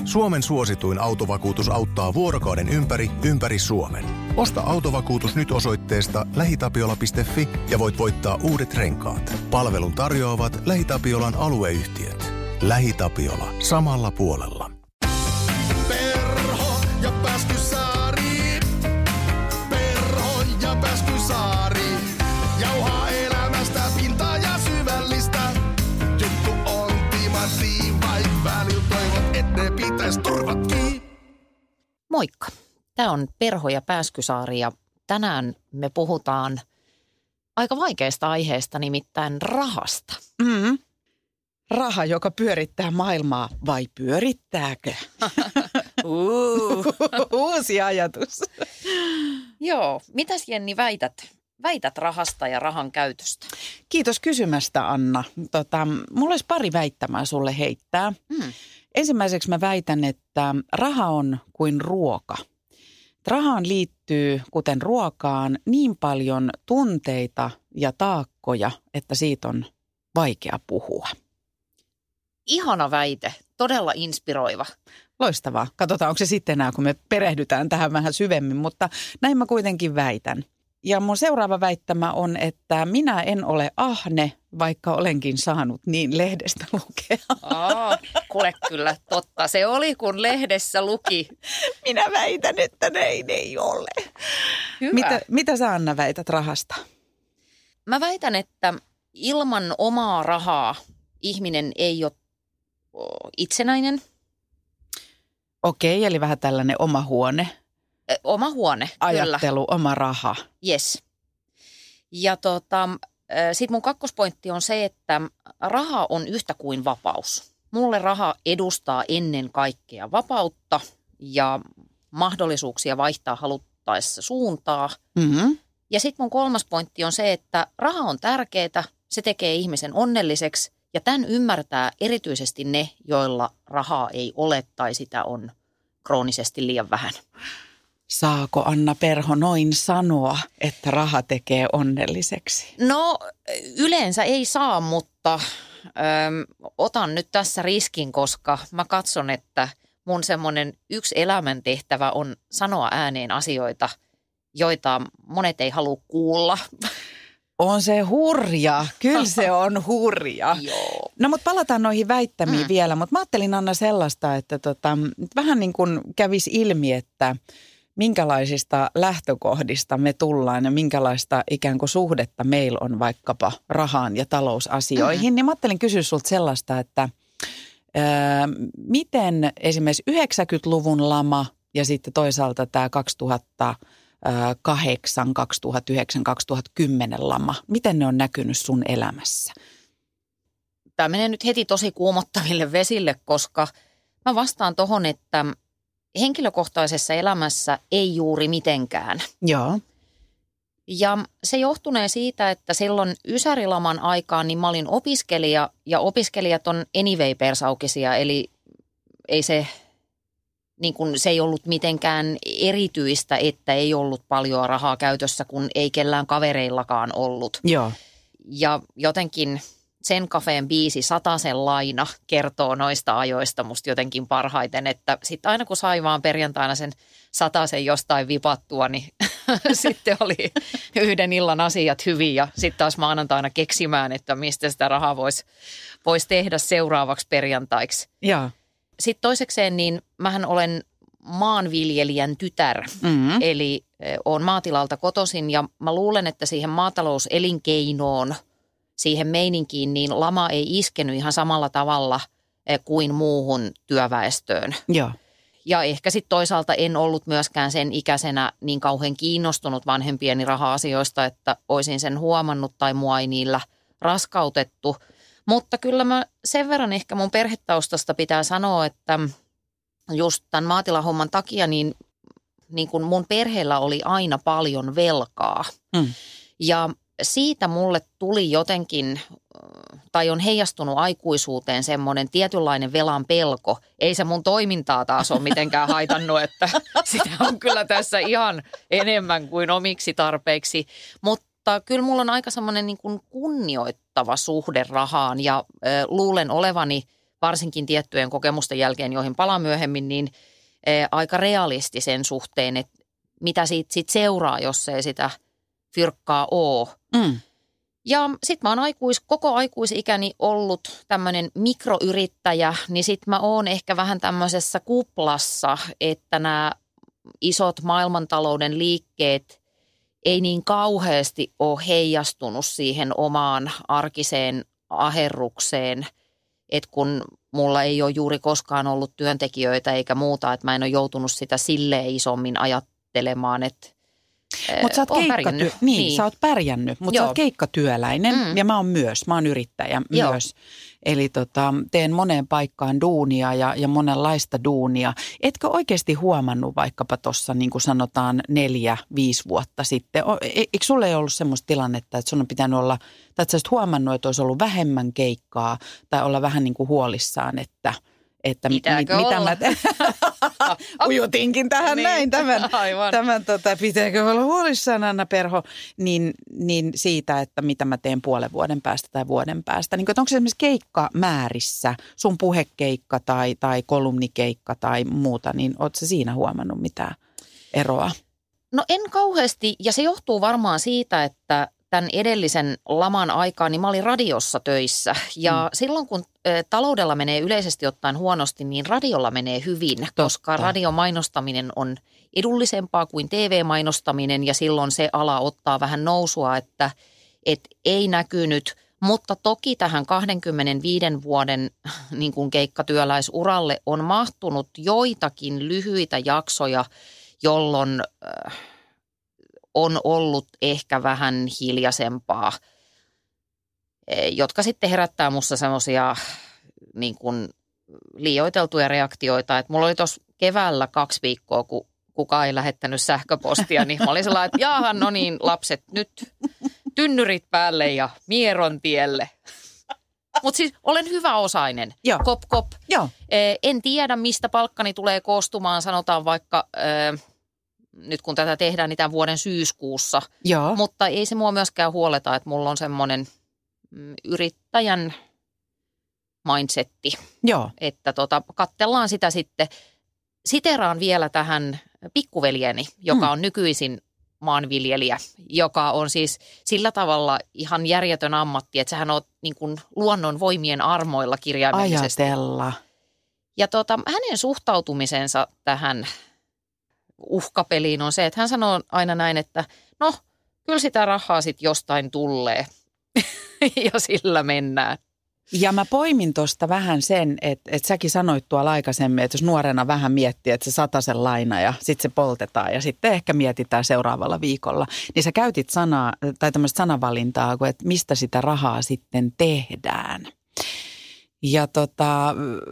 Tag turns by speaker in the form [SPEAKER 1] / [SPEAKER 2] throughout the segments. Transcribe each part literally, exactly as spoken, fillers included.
[SPEAKER 1] Suomen suosituin autovakuutus auttaa vuorokauden ympäri, ympäri Suomen. Osta autovakuutus nyt osoitteesta lähitapiola piste fi ja voit voittaa uudet renkaat. Palvelun tarjoavat LähiTapiolan alueyhtiöt. LähiTapiola. Samalla puolella.
[SPEAKER 2] Perho ja Pääskysaari. Perho ja Pääskysaari. Jauhaa elämästä pintaa ja syvällistä. Juttu on timantti, vaik välillä toivot, et ne pitäis turvatkin.
[SPEAKER 3] Moikka. Tämä on Perho ja Pääskysaari ja tänään me puhutaan aika vaikeasta aiheesta, nimittäin rahasta.
[SPEAKER 4] Mm. Raha, joka pyörittää maailmaa, vai pyörittääkö? uh. Uusi ajatus.
[SPEAKER 3] Joo. Mitäs Jenni väität? Väität rahasta ja rahan käytöstä?
[SPEAKER 4] Kiitos kysymästä, Anna. Tota, mulla olisi pari väittämää sulle heittää.
[SPEAKER 3] Hmm.
[SPEAKER 4] Ensimmäiseksi mä väitän, että raha on kuin ruoka. Rahaan liittyy, kuten ruokaan, niin paljon tunteita ja taakkoja, että siitä on vaikea puhua.
[SPEAKER 3] Ihana väite. Todella inspiroiva.
[SPEAKER 4] Loistavaa. Katsotaan, onko se sitten enää, kun me perehdytään tähän vähän syvemmin, mutta näin mä kuitenkin väitän. Ja mun seuraava väittämä on, että minä en ole ahne, vaikka olenkin saanut niin lehdestä lukea.
[SPEAKER 3] Aa, kuule kyllä, totta. Se oli, kun lehdessä luki.
[SPEAKER 4] Minä väitän, että näin ei ole.
[SPEAKER 3] Hyvä.
[SPEAKER 4] Mitä, mitä sä, Anna, väität rahasta?
[SPEAKER 3] Mä väitän, että ilman omaa rahaa ihminen ei ole itsenäinen.
[SPEAKER 4] Okei, eli vähän tällainen oma huone.
[SPEAKER 3] Oma huone,
[SPEAKER 4] Ajattelu,
[SPEAKER 3] kyllä.
[SPEAKER 4] oma raha.
[SPEAKER 3] Yes. Ja tota, sit mun kakkospointti on se, että raha on yhtä kuin vapaus. Mulle raha edustaa ennen kaikkea vapautta ja mahdollisuuksia vaihtaa haluttaessa suuntaa.
[SPEAKER 4] Mm-hmm.
[SPEAKER 3] Ja sit mun kolmas pointti on se, että raha on tärkeää, se tekee ihmisen onnelliseksi ja tämän ymmärtää erityisesti ne, joilla rahaa ei ole tai sitä on kroonisesti liian vähän.
[SPEAKER 4] Saako Anna Perho noin sanoa, että raha tekee onnelliseksi?
[SPEAKER 3] No yleensä ei saa, mutta ö, otan nyt tässä riskin, koska mä katson, että mun semmoinen yksi elämäntehtävä on sanoa ääneen asioita, joita monet ei halua kuulla.
[SPEAKER 4] On se hurja, kyllä se on hurja.
[SPEAKER 3] Joo.
[SPEAKER 4] No mutta palataan noihin väittämiin
[SPEAKER 3] Mm.
[SPEAKER 4] vielä, mutta mä ajattelin, Anna, sellaista, että tota, vähän niin kuin kävisi ilmi, että minkälaisista lähtökohdista me tullaan ja minkälaista ikään kuin suhdetta meillä on vaikkapa rahaan ja talousasioihin. Mm. Niin mä ajattelin kysyä sulta sellaista, että ää, miten esimerkiksi yhdeksänkymmentäluvun lama ja sitten toisaalta tämä kaksituhattakahdeksan, kaksituhattayhdeksän, kaksituhattakymmenen lama, miten ne on näkynyt sun elämässä?
[SPEAKER 3] Tämä menee nyt heti tosi kuumottaville vesille, koska mä vastaan tohon, että henkilökohtaisessa elämässä ei juuri mitenkään.
[SPEAKER 4] Joo.
[SPEAKER 3] Ja se johtunee siitä, että silloin ysärilaman aikaan niin mä olin opiskelija ja opiskelijat on anyway persaukisia, eli ei se, niin kun, se ei ollut mitenkään erityistä, että ei ollut paljon rahaa käytössä, kun ei kellään kavereillakaan ollut.
[SPEAKER 4] Joo.
[SPEAKER 3] Ja jotenkin Sen Cafeen biisi Satasen laina kertoo noista ajoista musta jotenkin parhaiten, että sitten aina kun sai vaan perjantaina sen satasen jostain vipattua, niin sitten oli yhden illan asiat hyvin ja sitten taas maanantaina keksimään, että mistä sitä rahaa voisi vois tehdä seuraavaksi perjantaiksi.
[SPEAKER 4] Joo.
[SPEAKER 3] Sitten toisekseen niin mähän olen maanviljelijän tytär,
[SPEAKER 4] Mm-hmm.
[SPEAKER 3] eli olen maatilalta kotoisin ja mä luulen, että siihen maatalouselinkeinoon, siihen meininkiin, niin lama ei iskenyt ihan samalla tavalla kuin muuhun työväestöön.
[SPEAKER 4] Joo.
[SPEAKER 3] Ja ehkä sitten toisaalta en ollut myöskään sen ikäisenä niin kauhean kiinnostunut vanhempieni raha-asioista, että olisin sen huomannut tai mua ei niillä raskautettu. Mutta kyllä mä sen verran ehkä mun perhetaustasta pitää sanoa, että just tämän maatilahomman takia niin, niin kun mun perheellä oli aina paljon velkaa.
[SPEAKER 4] Mm.
[SPEAKER 3] Ja siitä mulle tuli jotenkin, tai on heijastunut aikuisuuteen semmoinen tietynlainen velan pelko. Ei se mun toimintaa taas ole mitenkään haitannut, että sitä on kyllä tässä ihan enemmän kuin omiksi tarpeiksi. Mutta kyllä mulla on aika semmoinen niin kuin kunnioittava suhde rahaan ja ö, luulen olevani varsinkin tiettyjen kokemusten jälkeen, joihin palaan myöhemmin, niin aika realisti sen suhteen, että mitä siitä sit seuraa, jos ei sitä fyrkkaa ole. Mm. Ja sitten mä oon aikuis, koko aikuisikäni ollut tämmöinen mikroyrittäjä, niin sitten mä oon ehkä vähän tämmöisessä kuplassa, että nämä isot maailmantalouden liikkeet ei niin kauheasti ole heijastunut siihen omaan arkiseen aherrukseen, että kun mulla ei ole juuri koskaan ollut työntekijöitä eikä muuta, että mä en ole joutunut sitä silleen isommin ajattelemaan, että
[SPEAKER 4] Mutta sä oot keikkaty- niin, niin, sä oot pärjännyt, mutta sä oot keikkatyöläinen mm. ja mä oon myös, mä oon yrittäjä Joo. myös. Eli tota, teen moneen paikkaan duunia ja, ja monenlaista duunia. Etkö oikeasti huomannut vaikkapa tuossa niin kuin sanotaan neljä, viisi vuotta sitten? O, e, eikö sulle ei ollut semmoista tilannetta, että sun on pitänyt olla, tai että sä olisit huomannut, että olisi ollut vähemmän keikkaa tai olla vähän niin kuin huolissaan, että että mit, mit, mitä mä te- ujutinkin tähän niin, näin tämän, tämän tota, pitääkö olla huolissaan Anna Perho, niin, niin siitä, että mitä mä teen puolen vuoden päästä tai vuoden päästä. Niin, onko se esimerkiksi keikkamäärissä, sun puhekeikka tai, tai kolumnikeikka tai muuta, niin ootko sä siinä huomannut mitään eroa?
[SPEAKER 3] No en kauheasti, ja se johtuu varmaan siitä, että tämän edellisen laman aikaan, niin mä olin radiossa töissä. Ja mm. silloin, kun ä, taloudella menee yleisesti ottaen huonosti, niin radiolla menee hyvin, Totta. koska radiomainostaminen on edullisempaa kuin T V-mainostaminen ja silloin se ala ottaa vähän nousua, että et ei näkynyt. Mutta toki tähän kaksikymmentäviisi vuoden niin kuin keikkatyöläisuralle on mahtunut joitakin lyhyitä jaksoja, jolloin Äh, on ollut ehkä vähän hiljaisempaa, jotka sitten herättää musta semmoisia niin kuin liioiteltuja reaktioita. Että mulla oli tuossa keväällä kaksi viikkoa, kun kukaan ei lähettänyt sähköpostia, niin mä olin sellainen, että jaahan, no niin lapset, nyt tynnyrit päälle ja Mieron tielle. Mutta siis olen hyväosainen, Joo. kop kop. Joo. En tiedä, mistä palkkani tulee koostumaan, sanotaan vaikka nyt kun tätä tehdään, niin tämän vuoden syyskuussa. Joo. Mutta ei se mua myöskään huoleta, että mulla on semmoinen yrittäjän mindsetti. Joo. Että tota, katsellaan sitä sitten. Siteraan vielä tähän pikkuveljeni, joka hmm. on nykyisin maanviljelijä, joka on siis sillä tavalla ihan järjetön ammatti, että sehän on niin kuin luonnon voimien armoilla kirjaimellisesti.
[SPEAKER 4] Ajatella.
[SPEAKER 3] Ja tota, hänen suhtautumisensa tähän uhkapeliin on se, että hän sanoo aina näin, että no, kyllä sitä rahaa sitten jostain tulee ja sillä mennään.
[SPEAKER 4] Ja mä poimin tuosta vähän sen, että, että säkin sanoit tuolla aikaisemmin, että jos nuorena vähän miettii, että se satasen laina ja sitten se poltetaan ja sitten ehkä mietitään seuraavalla viikolla, niin sä käytit sanaa tai tämmöistä sanavalintaa, että mistä sitä rahaa sitten tehdään. Ja tota,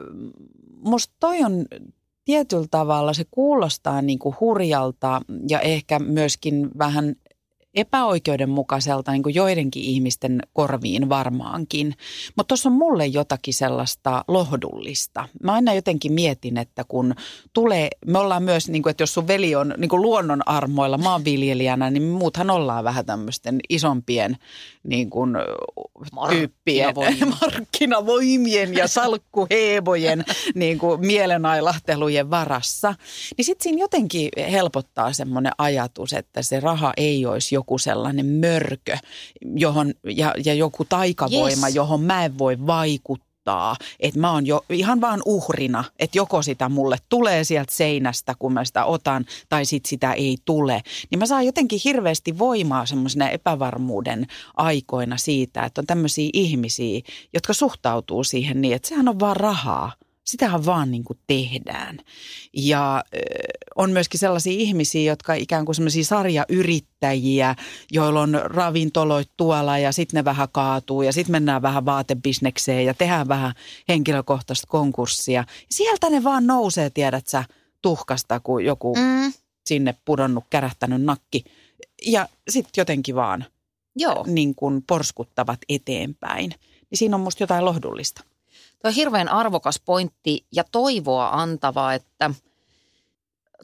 [SPEAKER 4] musta toi on tietyllä tavalla, se kuulostaa niin kuin hurjalta ja ehkä myöskin vähän epäoikeudenmukaiselta niin kuin joidenkin ihmisten korviin varmaankin. Mutta tuossa on mulle jotakin sellaista lohdullista. Mä aina jotenkin mietin, että kun tulee, me ollaan myös, niin kuin, että jos sun veli on niin kuin luonnon armoilla maanviljelijänä, niin muuthan ollaan vähän tämmöisten isompien niin kuin, tyyppien, markkinavoimien ja salkkuheebojen niin kuin mielenailahtelujen varassa. Niin sitten siinä jotenkin helpottaa semmoinen ajatus, että se raha ei olisi joku joku sellainen mörkö johon, ja, ja joku taikavoima, yes. johon mä en voi vaikuttaa. Että mä oon jo ihan vaan uhrina, että joko sitä mulle tulee sieltä seinästä, kun mä sitä otan, tai sit sitä ei tule. Niin mä saan jotenkin hirveästi voimaa semmoisena epävarmuuden aikoina siitä, että on tämmöisiä ihmisiä, jotka suhtautuu siihen niin, että sehän on vaan rahaa. Sitähän vaan niin kuin tehdään. Ja ö, on myöskin sellaisia ihmisiä, jotka ikään kuin sellaisia sarjayrittäjiä, joilla on ravintoloit tuolla ja sitten ne vähän kaatuu ja sitten mennään vähän vaatebisnekseen ja tehdään vähän henkilökohtaista konkurssia. Sieltä ne vaan nousee, tiedät sä, tuhkasta, kun joku mm. sinne pudonnut, kärähtänyt nakki. Ja sitten jotenkin vaan Joo. niin kuin porskuttavat eteenpäin. Niin siinä on musta jotain lohdullista.
[SPEAKER 3] Tuo on hirveän arvokas pointti ja toivoa antava, että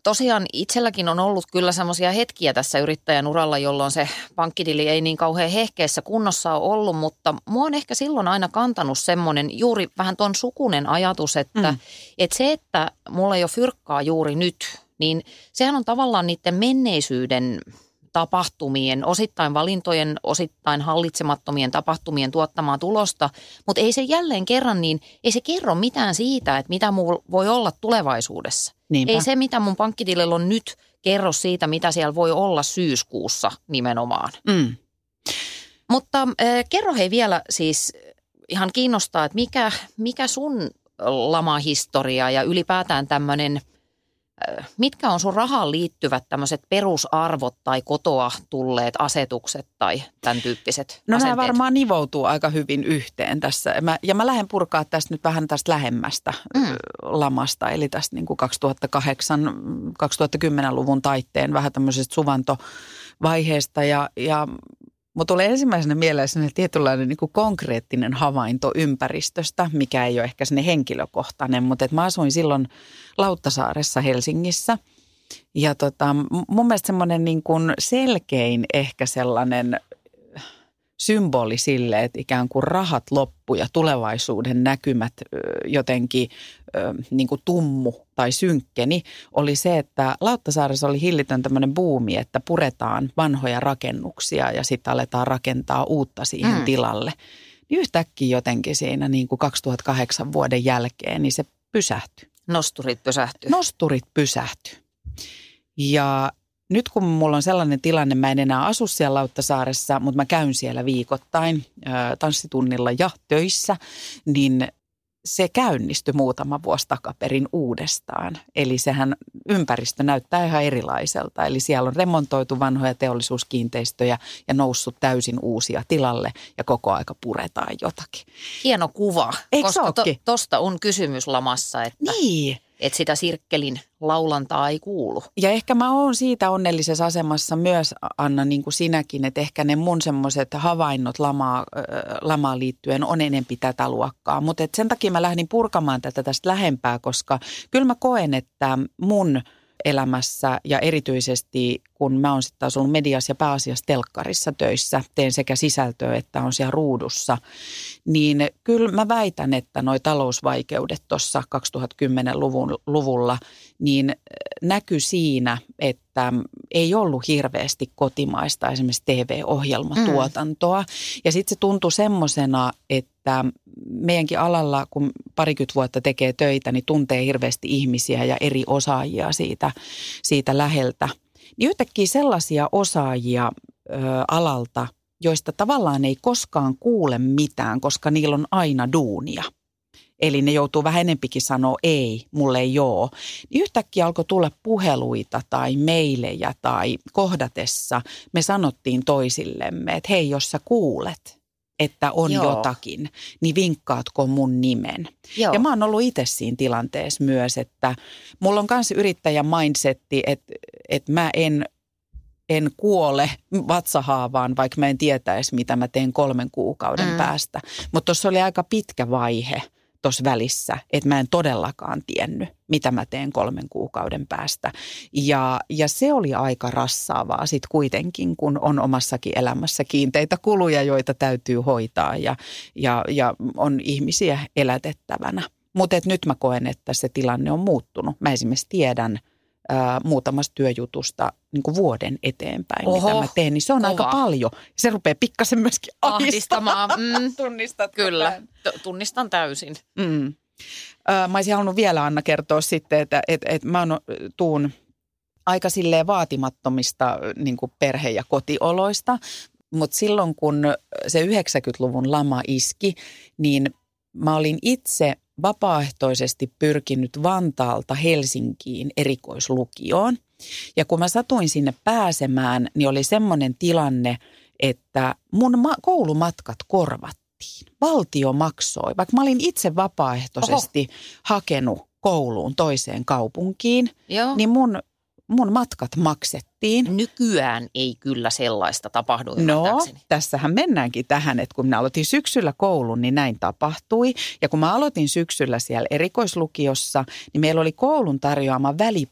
[SPEAKER 3] tosiaan itselläkin on ollut kyllä semmoisia hetkiä tässä yrittäjän uralla, jolloin se pankkitili ei niin kauhean hehkeessä kunnossa ole ollut, mutta mua on ehkä silloin aina kantanut semmoinen juuri vähän ton sukunen ajatus, että, mm. että se, että mulla ei ole fyrkkaa juuri nyt, niin sehän on tavallaan niiden menneisyyden tapahtumien, osittain valintojen, osittain hallitsemattomien tapahtumien tuottamaa tulosta, mutta ei se jälleen kerran niin, ei se kerro mitään siitä, että mitä mulla voi olla tulevaisuudessa. Niinpä. Ei se, mitä mun pankkitilillä on nyt, kerro siitä, mitä siellä voi olla syyskuussa nimenomaan. Mm. Mutta äh, kerro hei vielä siis, ihan kiinnostaa, että mikä, mikä sun lamahistoria ja ylipäätään tämmöinen, mitkä on sun rahaan liittyvät tämmöiset perusarvot tai kotoa tulleet asetukset tai tämän tyyppiset
[SPEAKER 4] no
[SPEAKER 3] asenteet?
[SPEAKER 4] Nämä varmaan nivoutuu aika hyvin yhteen tässä. Mä, ja mä lähden purkaa tästä nyt vähän tästä lähemmästä mm. lamasta, eli tästä niin kuin kaksituhattakahdeksan kaksituhattakymmenen-luvun taitteen vähän tämmöisestä suvantovaiheesta. Ja, ja mulla tulee ensimmäisenä mieleen sellainen tietynlainen niin kuin konkreettinen havainto ympäristöstä, mikä ei ole ehkä sinne henkilökohtainen, mutta että mä asuin silloin Lauttasaaressa Helsingissä. Ja tota, mun mielestä semmoinen niin kuin selkein ehkä sellainen symboli sille, että ikään kuin rahat loppu ja tulevaisuuden näkymät jotenkin niin kuin tummu tai synkkeni, oli se, että Lauttasaaressa oli hillitön tämmöinen buumi, että puretaan vanhoja rakennuksia ja sitten aletaan rakentaa uutta siihen mm. tilalle. Niin yhtäkkiä jotenkin siinä niin kuin kaksituhattakahdeksan vuoden jälkeen, niin se pysähtyi.
[SPEAKER 3] Nosturit pysähtyi.
[SPEAKER 4] Nosturit pysähtyi. Ja nyt kun mulla on sellainen tilanne, mä en enää asu siellä Lauttasaaressa, mutta mä käyn siellä viikoittain ää, tanssitunnilla ja töissä, niin se käynnistyi muutama vuosi takaperin uudestaan. Eli sehän ympäristö näyttää ihan erilaiselta. Eli siellä on remontoitu vanhoja teollisuuskiinteistöjä ja noussut täysin uusia tilalle ja koko aika puretaan jotakin.
[SPEAKER 3] Hieno kuva,
[SPEAKER 4] eikö
[SPEAKER 3] koska to, tosta on kysymys lamassa, että,
[SPEAKER 4] niin.
[SPEAKER 3] että sitä sirkkelin laulantaa ei kuulu.
[SPEAKER 4] Ja ehkä mä oon siitä onnellisessa asemassa myös, Anna, niin kuin sinäkin, että ehkä ne mun semmoiset havainnot lamaa, lamaan liittyen on enempi tätä luokkaa. Mutta sen takia mä lähdin purkamaan tätä tästä lähempää, koska kyllä mä koen, että mun elämässä ja erityisesti kun mä oon sitten asunut mediassa ja pääasiassa telkkarissa töissä, teen sekä sisältöä että on siellä ruudussa, niin kyllä mä väitän, että noi talousvaikeudet tuossa kaksituhattakymmenen-luvulla niin näkyi siinä, että ei ollut hirveästi kotimaista esimerkiksi T V-ohjelmatuotantoa. Mm. Ja sitten se tuntui semmoisena, että meidänkin alalla, kun parikymmentä vuotta tekee töitä, niin tuntee hirveästi ihmisiä ja eri osaajia siitä, siitä läheltä. Niin yhtäkkiä sellaisia osaajia ö, alalta, joista tavallaan ei koskaan kuule mitään, koska niillä on aina duunia. Eli ne joutuu vähän enempikin sanoa ei, mulle ei oo. Niin yhtäkkiä alkoi tulla puheluita tai meilejä tai kohdatessa me sanottiin toisillemme, että hei, jos sä kuulet, että on Joo. jotakin, niin vinkkaatko mun nimen? Joo. Ja mä oon ollut itse siinä tilanteessa myös, että mulla on myös yrittäjän mindsetti, että, että mä en, en kuole vatsahaavaan, vaikka mä en tietäisi, mitä mä teen kolmen kuukauden mm. päästä. Mutta tuossa oli aika pitkä vaihe tuossa välissä, että mä en todellakaan tiennyt, mitä mä teen kolmen kuukauden päästä. Ja, ja se oli aika rassaavaa sitten kuitenkin, kun on omassakin elämässä kiinteitä kuluja, joita täytyy hoitaa ja, ja, ja on ihmisiä elätettävänä. Mutta nyt mä koen, että se tilanne on muuttunut. Mä esimerkiksi tiedän ää, muutamasta työjutusta niin kuin vuoden eteenpäin, Oho, mitä mä teen, niin se on kova. Aika paljon. Se rupeaa pikkasen myöskin ahdistamaan.
[SPEAKER 3] Mm,
[SPEAKER 4] Tunnistatko
[SPEAKER 3] Kyllä,
[SPEAKER 4] tämän?
[SPEAKER 3] tunnistan täysin.
[SPEAKER 4] Mm. Mä olisin halunnut vielä, Anna, kertoa sitten, että et, et mä tuun aika silleen vaatimattomista niin kuin perhe- ja kotioloista, mutta silloin kun se yhdeksänkymmentäluvun lama iski, niin mä olin itse vapaaehtoisesti pyrkinyt Vantaalta Helsinkiin erikoislukioon. Ja kun mä satuin sinne pääsemään, niin oli semmoinen tilanne, että mun ma- koulumatkat korvattiin. Valtio maksoi, vaikka mä olin itse vapaaehtoisesti Oho. hakenut kouluun toiseen kaupunkiin, Joo. niin mun, mun matkat maksettiin.
[SPEAKER 3] Nykyään ei kyllä sellaista tapahdu.
[SPEAKER 4] No, tässähän mennäänkin tähän, että kun minä aloitin syksyllä koulun, niin näin tapahtui. Ja kun mä aloitin syksyllä siellä erikoislukiossa, niin meillä oli koulun tarjoama välipala,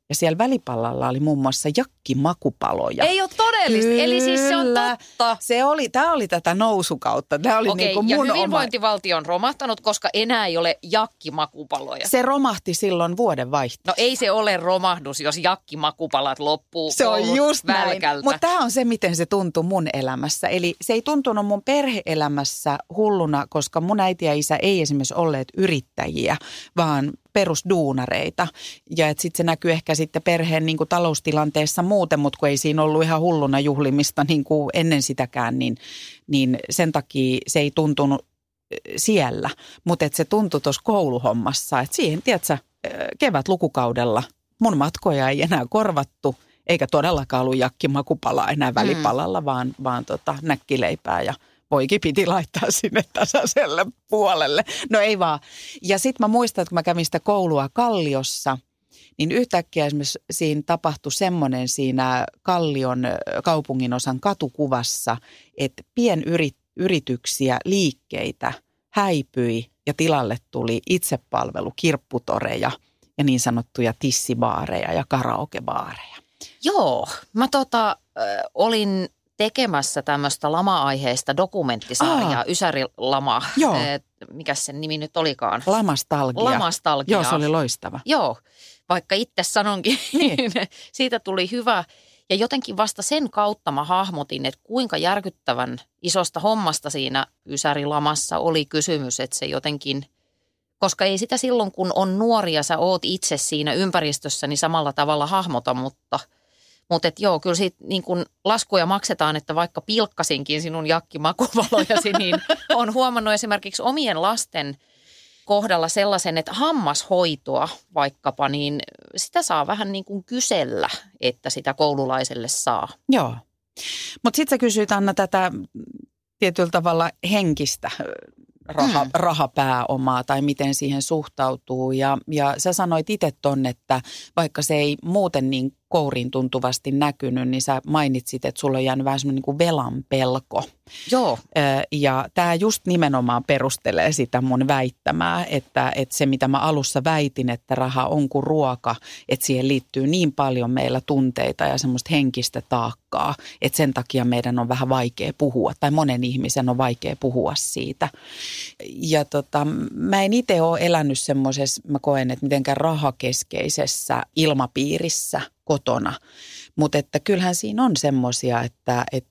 [SPEAKER 4] Ja siellä välipallalla oli muun muassa jakkimakupaloja.
[SPEAKER 3] Ei ole todellista, Kyllä. eli siis se on totta.
[SPEAKER 4] Se oli, tämä oli tätä nousukautta. Tämä oli
[SPEAKER 3] Okei,
[SPEAKER 4] niin kuin
[SPEAKER 3] ja
[SPEAKER 4] mun
[SPEAKER 3] hyvinvointivaltio on romahtanut, koska enää ei ole jakkimakupaloja.
[SPEAKER 4] Se romahti silloin vuodenvaihteessa.
[SPEAKER 3] No ei se ole romahdus, jos jakkimakupalat loppuu.
[SPEAKER 4] Se on just
[SPEAKER 3] välkältä.
[SPEAKER 4] näin. Mutta tämä on se, miten se tuntui mun elämässä. Eli se ei tuntunut mun perhe-elämässä hulluna, koska mun äiti ja isä ei esimerkiksi olleet yrittäjiä, vaan perusduunareita. Ja että sitten se näkyy ehkä sitten perheen niin kuin taloustilanteessa muuten, mutta kun ei siinä ollut ihan hulluna juhlimista niin kuin ennen sitäkään, niin, niin sen takia se ei tuntunut siellä. Mutta että se tuntui tuossa kouluhommassa, että siihen, tiedätkö, kevät lukukaudella mun matkoja ei enää korvattu, eikä todellakaan ollut jakkimakupalaa enää välipalalla, mm. vaan, vaan tota, näkkileipää ja poikin piti laittaa sinne tasaiselle puolelle. No ei vaan. Ja sitten mä muistan, että kun mä kävin sitä koulua Kalliossa, niin yhtäkkiä esimerkiksi siinä tapahtui semmoinen siinä Kallion kaupunginosan katukuvassa, että pienyrityksiä, liikkeitä häipyi ja tilalle tuli itsepalvelu, kirpputoreja ja niin sanottuja tissibaareja ja karaokebaareja.
[SPEAKER 3] Joo, mä tota, äh, olin tekemässä tämmöistä lama-aiheista dokumenttisarjaa, Aa, Ysäri-lama. Joo. Eh, mikäs sen nimi nyt olikaan?
[SPEAKER 4] Lamastalgia.
[SPEAKER 3] Lamastalgia.
[SPEAKER 4] Joo, se oli loistava.
[SPEAKER 3] Joo, vaikka itse sanonkin, niin siitä tuli hyvä. Ja jotenkin vasta sen kautta mä hahmotin, että kuinka järkyttävän isosta hommasta siinä Ysäri-lamassa oli kysymys, että se jotenkin, koska ei sitä silloin kun on nuoria, sä oot itse siinä ympäristössä, niin samalla tavalla hahmota, mutta Mutta joo, kyllä siitä niin kun laskuja maksetaan, että vaikka pilkkasinkin sinun jakkimakuvalojasi, niin on huomannut esimerkiksi omien lasten kohdalla sellaisen, että hammashoitoa vaikkapa, niin sitä saa vähän niin kuin kysellä, että sitä koululaiselle saa.
[SPEAKER 4] Joo, mutta sitten sä kysyit, Anna, tätä tietyllä tavalla henkistä raha, mm. rahapääomaa tai miten siihen suhtautuu. Ja, ja sä sanoit itse ton, että vaikka se ei muuten niin kouriin tuntuvasti näkynyt, niin sä mainitsit, että sulla on jäänyt vähän semmoinen niin kuin velan pelko.
[SPEAKER 3] Joo.
[SPEAKER 4] Ja tämä just nimenomaan perustelee sitä mun väittämää, että, että se mitä mä alussa väitin, että raha on kuin ruoka, että siihen liittyy niin paljon meillä tunteita ja semmoista henkistä taakkaa, että sen takia meidän on vähän vaikea puhua tai monen ihmisen on vaikea puhua siitä. Ja tota, mä en itse ole elänyt semmoisessa, mä koen, että mitenkään rahakeskeisessä ilmapiirissä kotona, mutta että kyllähän siinä on semmoisia, että et,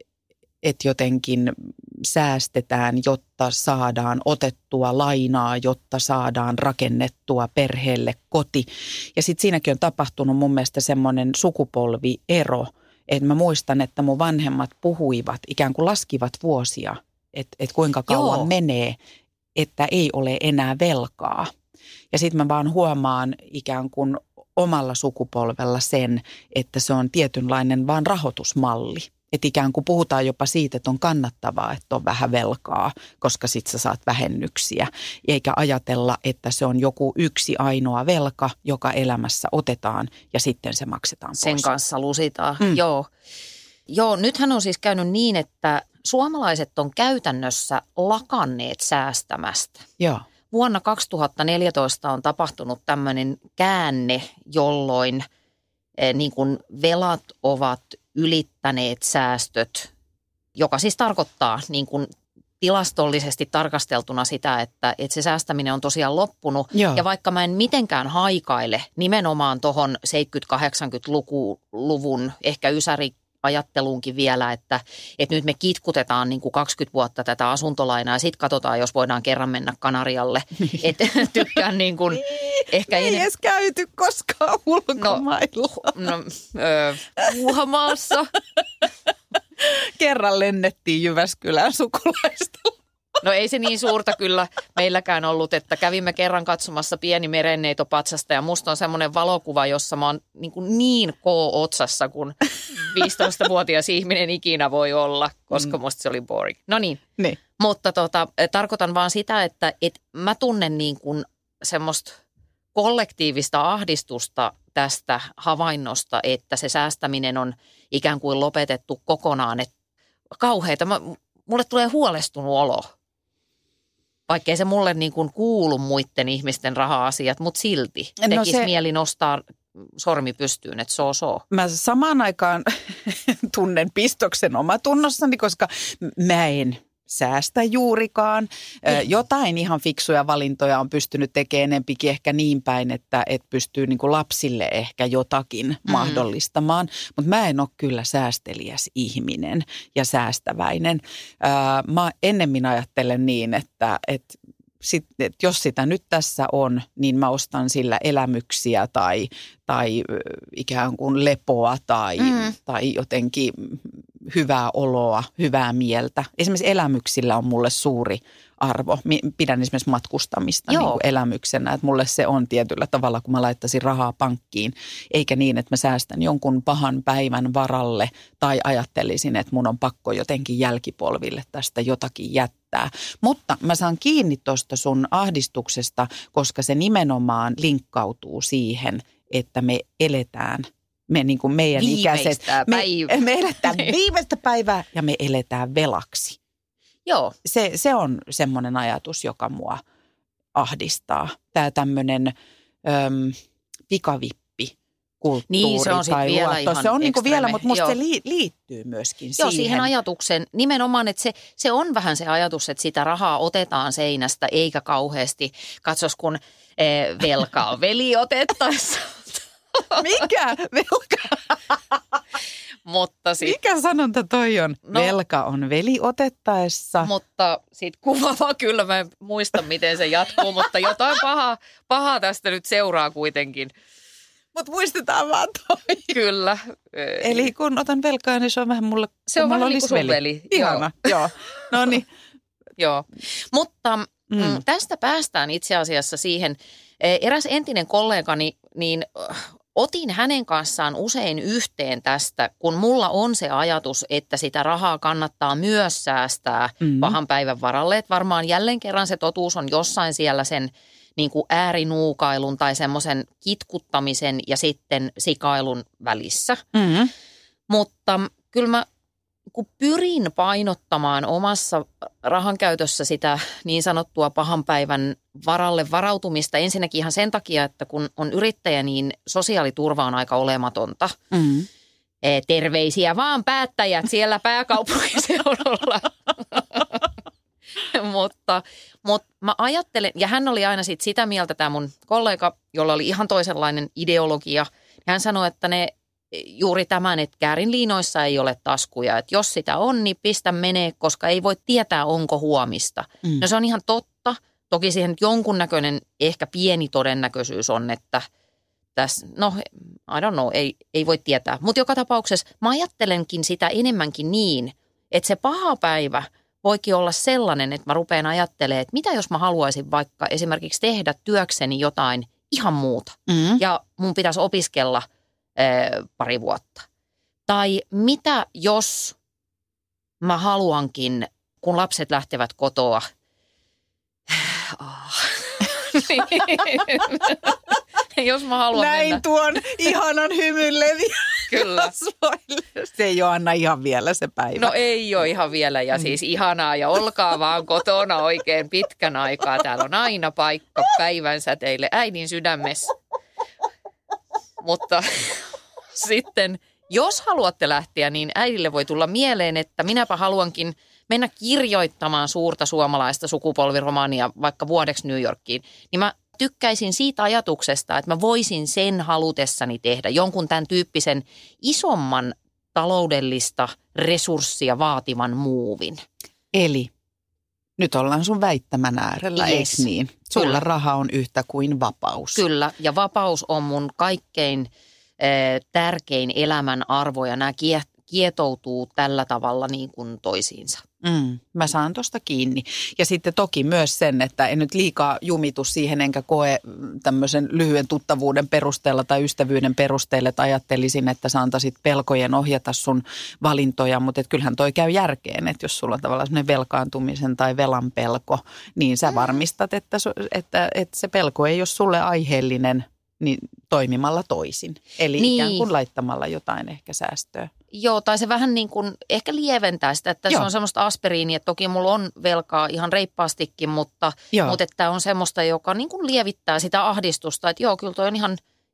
[SPEAKER 4] et jotenkin säästetään, jotta saadaan otettua lainaa, jotta saadaan rakennettua perheelle koti. Ja sitten siinäkin on tapahtunut mun mielestä semmoinen sukupolviero, että mä muistan, että mun vanhemmat puhuivat, ikään kuin laskivat vuosia, että et kuinka kauan Joo. menee, että ei ole enää velkaa. Ja sitten mä vaan huomaan ikään kuin omalla sukupolvella sen, että se on tietynlainen vaan rahoitusmalli. Että ikään kuin puhutaan jopa siitä, että on kannattavaa, että on vähän velkaa, koska sit sä saat vähennyksiä. Eikä ajatella, että se on joku yksi ainoa velka, joka elämässä otetaan ja sitten se maksetaan pois.
[SPEAKER 3] Sen kanssa lusitaan, mm. joo. Joo, nythän on siis käynyt niin, että suomalaiset on käytännössä lakanneet säästämästä.
[SPEAKER 4] Joo.
[SPEAKER 3] Vuonna kaksituhattaneljätoista on tapahtunut tämmöinen käänne, jolloin eh, niin kuin velat ovat ylittäneet säästöt, joka siis tarkoittaa niin kuin tilastollisesti tarkasteltuna sitä, että, että se säästäminen on tosiaan loppunut. Joo. Ja vaikka mä en mitenkään haikaile nimenomaan tuohon seitsemänkymmentä-kahdeksankymmentäluvun ehkä ysäri ajatteluunkin vielä, että, että nyt me kitkutetaan niin kuin kaksikymmentä vuotta tätä asuntolainaa ja sitten katsotaan, jos voidaan kerran mennä Kanarialle. Että tykkään niin kuin ehkä...
[SPEAKER 4] Ei edes käyty koskaan ulkomailla.
[SPEAKER 3] No, no öö, Puuhamaassa.
[SPEAKER 4] Kerran lennettiin Jyväskylään sukulaista.
[SPEAKER 3] No ei se niin suurta kyllä meilläkään ollut, että kävimme kerran katsomassa pieni merenneitopatsasta ja musta on semmoinen valokuva, jossa mä oon niin, kuin niin K-otsassa kuin viisitoistavuotias ihminen ikinä voi olla, koska musta se oli boring. No niin,
[SPEAKER 4] niin.
[SPEAKER 3] Mutta tota, tarkoitan vaan sitä, että et mä tunnen niin kuin semmoista kollektiivista ahdistusta tästä havainnosta, että se säästäminen on ikään kuin lopetettu kokonaan. Että kauheita, mä, mulle tulee huolestunut olo. Vaikkei se mulle niin kuin kuulu muiden ihmisten raha-asiat, mutta silti tekisi no se, mieli nostaa sormi pystyyn, että so so.
[SPEAKER 4] Mä samaan aikaan tunnen pistoksen omatunnossani, koska mä en säästä juurikaan.
[SPEAKER 3] Niin.
[SPEAKER 4] Jotain ihan fiksuja valintoja on pystynyt tekemään enempikin ehkä niin päin, että et pystyy niin kuin lapsille ehkä jotakin mm. mahdollistamaan. Mutta mä en ole kyllä säästeliäs ihminen ja säästäväinen. Mä ennemmin ajattelen niin, että et sit, et jos sitä nyt tässä on, niin mä ostan sillä elämyksiä tai, tai ikään kuin lepoa tai, mm. tai jotenkin hyvää oloa, hyvää mieltä. Esimerkiksi elämyksillä on mulle suuri arvo. Pidän esimerkiksi matkustamista niin kuin elämyksenä, että mulle se on tietyllä tavalla, kun mä laittaisin rahaa pankkiin, eikä niin, että mä säästän jonkun pahan päivän varalle tai ajattelisin, että mun on pakko jotenkin jälkipolville tästä jotakin jättää. Mutta mä saan kiinni tuosta sun ahdistuksesta, koska se nimenomaan linkkautuu siihen, että me eletään me niin kuin meidän ikäiset, me, me eletään viimeistä päivää ja me eletään velaksi.
[SPEAKER 3] Joo.
[SPEAKER 4] Se, se on semmoinen ajatus, joka mua ahdistaa. Tämä tämmöinen äm, pikavippi. Kulttuuri
[SPEAKER 3] niin, se on sitten vielä ihan
[SPEAKER 4] se on niin kuin vielä, mutta musta
[SPEAKER 3] Joo.
[SPEAKER 4] se li, liittyy myöskin
[SPEAKER 3] Joo,
[SPEAKER 4] siihen.
[SPEAKER 3] siihen ajatuksen. Nimenomaan, että se, se on vähän se ajatus, että sitä rahaa otetaan seinästä, eikä kauheasti. Katsos, kun eh, velkaa veli otettaessa.
[SPEAKER 4] Mikä velka?
[SPEAKER 3] Mutta sit,
[SPEAKER 4] Mikä sanonta toi on?
[SPEAKER 3] No,
[SPEAKER 4] velka on veli otettaessa.
[SPEAKER 3] Mutta sitten kuvaava kyllä, mä en muista miten se jatkuu, mutta jotain pahaa, pahaa tästä nyt seuraa kuitenkin.
[SPEAKER 4] Mutta muistetaan vaan toi.
[SPEAKER 3] Kyllä.
[SPEAKER 4] Eli kun otan velkaa, niin se on vähän mulle,
[SPEAKER 3] se on vähän niin kuin sun
[SPEAKER 4] veli.
[SPEAKER 3] veli.
[SPEAKER 4] Ihana, joo. joo. No niin.
[SPEAKER 3] Joo, mutta mm. tästä päästään itse asiassa siihen. Eräs entinen kollegani, niin otin hänen kanssaan usein yhteen tästä, kun mulla on se ajatus, että sitä rahaa kannattaa myös säästää mm. pahan päivän varalle. Että varmaan jälleen kerran se totuus on jossain siellä sen niin kuin äärinuukailun tai semmoisen kitkuttamisen ja sitten sikailun välissä.
[SPEAKER 4] Mm.
[SPEAKER 3] Mutta kyllä mä kun pyrin painottamaan omassa rahankäytössä sitä niin sanottua pahan päivän varalle varautumista ensinnäkin ihan sen takia, että kun on yrittäjä, niin sosiaaliturva on aika olematonta.
[SPEAKER 4] Mm.
[SPEAKER 3] Terveisiä vaan päättäjät siellä pääkaupunkiseudulla. mutta, mutta mä ajattelen, ja hän oli aina sit sitä mieltä, tämä mun kollega, jolla oli ihan toisenlainen ideologia. Hän sanoi, että ne juuri tämän, että käärinliinoissa ei ole taskuja. Että jos sitä on, niin pistä menee, koska ei voi tietää, onko huomista. Mm. No se on ihan totta. Toki siihen jonkunnäköinen ehkä pieni todennäköisyys on, että tässä, no I don't know, ei, ei voi tietää. Mutta joka tapauksessa mä ajattelenkin sitä enemmänkin niin, että se paha päivä voikin olla sellainen, että mä rupean ajattelemaan, että mitä jos mä haluaisin vaikka esimerkiksi tehdä työkseni jotain ihan muuta. Mm. Ja mun pitäisi opiskella pari vuotta. Tai mitä jos mä haluankin, kun lapset lähtevät kotoa, jos mä haluan
[SPEAKER 4] näin
[SPEAKER 3] mennä.
[SPEAKER 4] Tuon ihanan hymyn leviä.
[SPEAKER 3] Kyllä.
[SPEAKER 4] Se ei ole Anna ihan vielä se päivä.
[SPEAKER 3] No ei ole ihan vielä ja siis ihanaa ja olkaa vaan kotona oikein pitkän aikaa. Täällä on aina paikka päivänsä teille äidin sydämessä. Mutta sitten, jos haluatte lähteä, niin äidille voi tulla mieleen, että minäpä haluankin mennä kirjoittamaan suurta suomalaista sukupolviromaania vaikka vuodeksi New Yorkiin. Niin mä tykkäisin siitä ajatuksesta, että mä voisin sen halutessani tehdä jonkun tämän tyyppisen isomman taloudellista resurssia vaativan muuvin.
[SPEAKER 4] Eli nyt ollaan sun väittämän äärellä,
[SPEAKER 3] yes.
[SPEAKER 4] eikö niin? Sulla
[SPEAKER 3] Kyllä.
[SPEAKER 4] raha on yhtä kuin vapaus.
[SPEAKER 3] Kyllä, ja vapaus on mun kaikkein äh, tärkein elämän arvo, ja nämä kietoutuu tällä tavalla niin kuin toisiinsa.
[SPEAKER 4] Mm, mä saan tuosta kiinni. Ja sitten toki myös sen, että en nyt liikaa jumitu siihen, enkä koe tämmöisen lyhyen tuttavuuden perusteella tai ystävyyden perusteella, että ajattelisin, että sä antaisit pelkojen ohjata sun valintoja, mutta et kyllähän toi käy järkeen, että jos sulla on tavallaan semmoinen velkaantumisen tai velan pelko, niin sä varmistat, että, että, että se pelko ei ole sulle aiheellinen niin toimimalla toisin. Eli niin. ikään kuin laittamalla jotain ehkä säästöä.
[SPEAKER 3] Joo, tai se vähän niin kuin ehkä lieventää sitä, että Joo. se on semmoista aspiriinia, että toki mulla on velkaa ihan reippaastikin, mutta, mutta että on semmoista, joka niin kuin lievittää sitä ahdistusta, että joo, kyllä toi on ihan,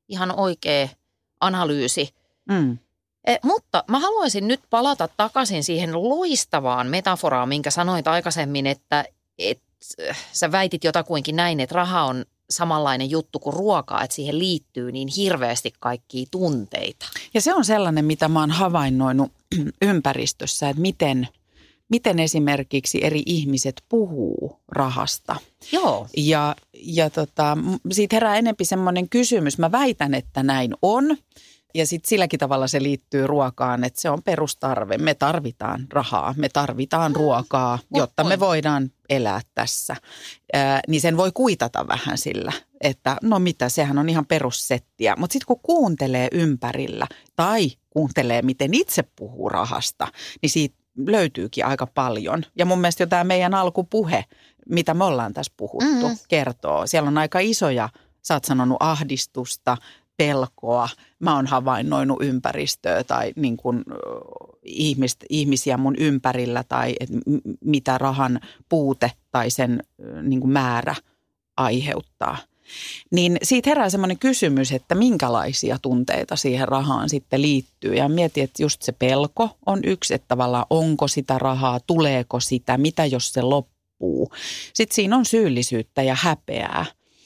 [SPEAKER 3] ihan oikea analyysi.
[SPEAKER 4] Mm.
[SPEAKER 3] E, mutta mä haluaisin nyt palata takaisin siihen loistavaan metaforaan, minkä sanoit aikaisemmin, että et, sä väitit jotakuinkin näin, että raha on samanlainen juttu kuin ruokaa, että siihen liittyy niin hirveästi kaikkia tunteita.
[SPEAKER 4] Ja se on sellainen, mitä mä oon havainnoinut ympäristössä, että miten, miten esimerkiksi eri ihmiset puhuu rahasta.
[SPEAKER 3] Joo.
[SPEAKER 4] Ja, ja tota, siitä herää enempi semmoinen kysymys. Mä väitän, että näin on. Ja sitten silläkin tavalla se liittyy ruokaan, että se on perustarve. Me tarvitaan rahaa, me tarvitaan ruokaa, jotta me voidaan elää tässä. Ää, niin sen voi kuitata vähän sillä, että no mitä, sehän on ihan perussettiä. Mutta sitten kun kuuntelee ympärillä tai kuuntelee, miten itse puhuu rahasta, niin siitä löytyykin aika paljon. Ja mun mielestä jo tämä meidän alkupuhe, mitä me ollaan tässä puhuttu, mm-hmm. kertoo. Siellä on aika isoja, sä oot sanonut ahdistusta, pelkoa. Mä oon havainnoinut ympäristöä tai niin kuin ihmist, ihmisiä mun ympärillä tai et mitä rahan puute tai sen niin kuin määrä aiheuttaa. Niin siitä herää semmoinen kysymys, että minkälaisia tunteita siihen rahaan sitten liittyy. Ja mietin, että just se pelko on yksi, että tavallaan onko sitä rahaa, tuleeko sitä, mitä jos se loppuu. Sitten siinä on syyllisyyttä ja häpeää.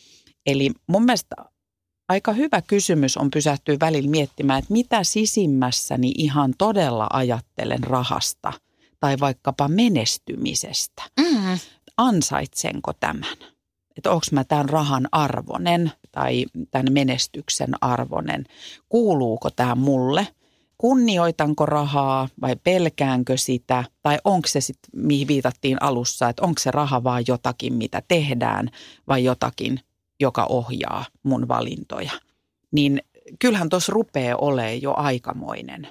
[SPEAKER 4] Eli mun mielestä aika hyvä kysymys on pysähtyä välillä miettimään, että mitä sisimmässäni ihan todella ajattelen rahasta tai vaikkapa menestymisestä. Mm-hmm. Ansaitsenko tämän? Että onko mä tämän rahan arvonen tai tämän menestyksen arvonen? Kuuluuko tämä mulle? Kunnioitanko rahaa vai pelkäänkö sitä? Tai onko se sitten, mihin viitattiin alussa, että onko se raha vaan jotakin, mitä tehdään vai jotakin, joka ohjaa mun valintoja? Niin kyllähän tuossa rupeaa olemaan jo aikamoinen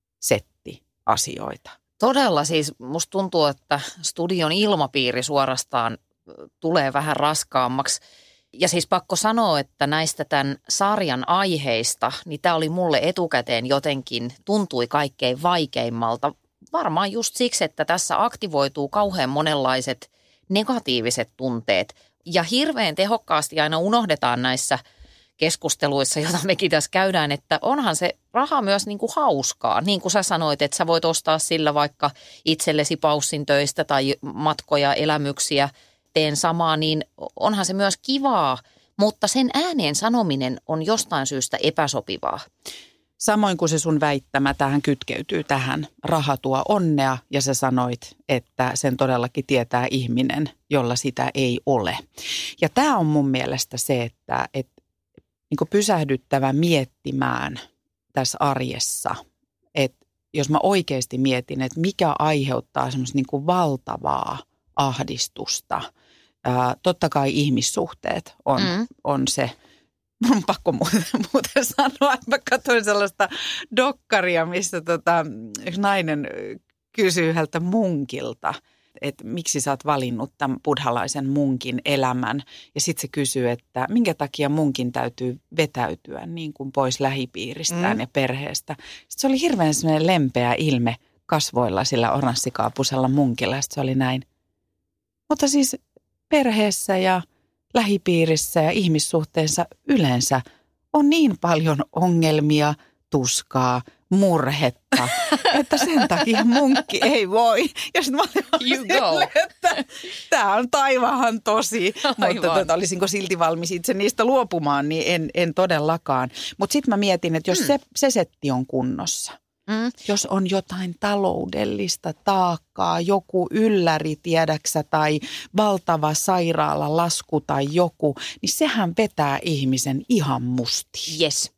[SPEAKER 4] setti asioita.
[SPEAKER 3] Todella siis musta tuntuu, että studion ilmapiiri suorastaan tulee vähän raskaammaksi. Ja siis pakko sanoa, että näistä tämän sarjan aiheista, niin tämä oli mulle etukäteen jotenkin, tuntui kaikkein vaikeimmalta. Varmaan just siksi, että tässä aktivoituu kauhean monenlaiset negatiiviset tunteet. Ja hirveän tehokkaasti aina unohdetaan näissä keskusteluissa, joita mekin tässä käydään, että onhan se raha myös niin kuin hauskaa. Niin kuin sä sanoit, että sä voit ostaa sillä vaikka itsellesi paussin töistä tai matkoja, elämyksiä, teen samaa, niin onhan se myös kivaa, mutta sen ääneen sanominen on jostain syystä epäsopivaa.
[SPEAKER 4] Samoin kuin se sun väittämä, tähän kytkeytyy tähän, raha tuo onnea ja sä sanoit, että sen todellakin tietää ihminen, jolla sitä ei ole. Ja tämä on mun mielestä se, että, että niin kuin pysähdyttävä miettimään tässä arjessa, että jos mä oikeasti mietin, että mikä aiheuttaa semmoista niin kuin valtavaa ahdistusta. Ää, totta kai ihmissuhteet on, mm. on se. Mun on pakko muuten, muuten sanoa, että mä katsoin sellaista dokkaria, missä tota, yksi nainen kysyy yhdeltä munkilta, että miksi sä oot valinnut tämän buddhalaisen munkin elämän. Ja sitten se kysyy, että minkä takia munkin täytyy vetäytyä niin kuin pois lähipiiristään mm. ja perheestä. Sitten se oli hirveän sellainen lempeä ilme kasvoilla sillä oranssikaapusella munkilla. Ja se oli näin. Mutta siis perheessä ja lähipiirissä ja ihmissuhteessa yleensä on niin paljon ongelmia, tuskaa, murhetta, että sen takia munkki ei voi. Ja sitten mä olin
[SPEAKER 3] you go.
[SPEAKER 4] Että tämä on taivahan tosi, mutta tota, olisinko silti valmis itse niistä luopumaan, niin en, en todellakaan. Mutta sitten mä mietin, että jos hmm. se, se setti on kunnossa, Mm. jos on jotain taloudellista taakkaa, joku ylläri tiedäksä tai valtava sairaalalasku tai joku, niin sehän vetää ihmisen ihan mustiin.
[SPEAKER 3] Yes.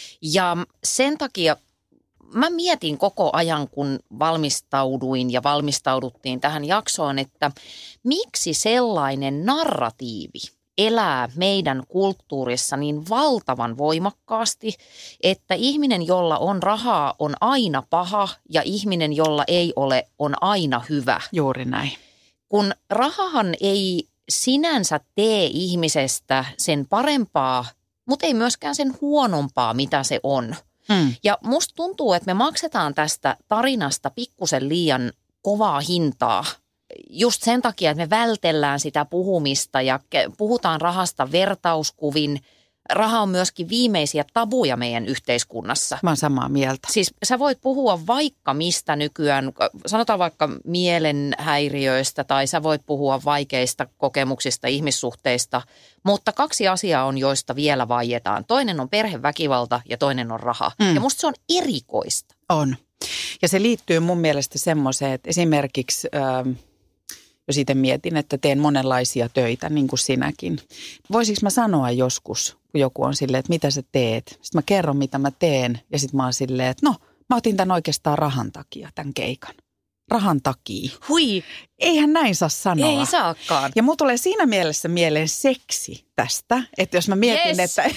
[SPEAKER 3] Ja sen takia mä mietin koko ajan, kun valmistauduin ja valmistauduttiin tähän jaksoon, että miksi sellainen narratiivi elää meidän kulttuurissa niin valtavan voimakkaasti, että ihminen, jolla on rahaa, on aina paha ja ihminen, jolla ei ole, on aina hyvä.
[SPEAKER 4] Juuri näin.
[SPEAKER 3] Kun rahahan ei sinänsä tee ihmisestä sen parempaa, mutta ei myöskään sen huonompaa, mitä se on. Hmm. Ja musta tuntuu, että me maksetaan tästä tarinasta pikkusen liian kovaa hintaa. Just sen takia, että me vältellään sitä puhumista ja puhutaan rahasta vertauskuvin, raha on myöskin viimeisiä tabuja meidän yhteiskunnassa.
[SPEAKER 4] Mä oon samaa mieltä.
[SPEAKER 3] Siis sä voit puhua vaikka mistä nykyään, sanotaan vaikka mielenhäiriöistä tai sä voit puhua vaikeista kokemuksista, ihmissuhteista, mutta kaksi asiaa on, joista vielä vaietaan. Toinen on perheväkivalta ja toinen on raha. Mm. Ja musta se on erikoista.
[SPEAKER 4] On. Ja se liittyy mun mielestä semmoiseen, että esimerkiksi... Ähm, jos itse mietin, että teen monenlaisia töitä, niin kuin sinäkin. Voisinko mä sanoa joskus, kun joku on silleen, että mitä sä teet? Sitten mä kerron, mitä mä teen. Ja sitten mä oon silleen, että no, mä otin tämän oikeastaan rahan takia, tämän keikan. Rahan takia.
[SPEAKER 3] Hui.
[SPEAKER 4] Eihän näin saa sanoa.
[SPEAKER 3] Ei saakaan.
[SPEAKER 4] Ja mulla tulee siinä mielessä mieleen seksi tästä, että jos mä mietin,
[SPEAKER 3] yes.
[SPEAKER 4] että...